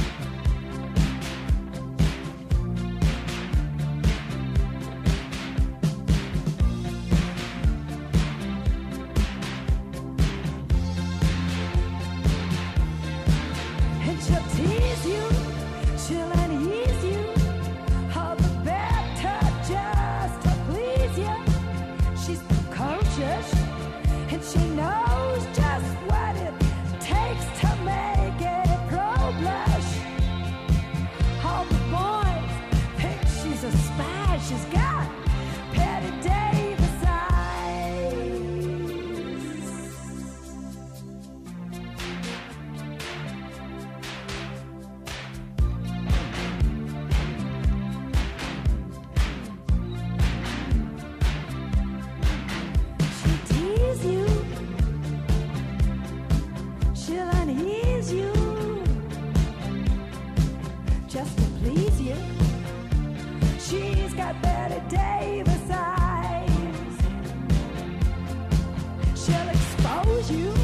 And she'll tease you, she'll unease you, all the better just to please you. She's precocious, and she knows just what it takes to make a pro blush. All the boys think she's a spy. She's got Betty Davis eyes. She'll tease you, she'll unease you, just to please you. She's got Betty Davis eyes. She'll expose you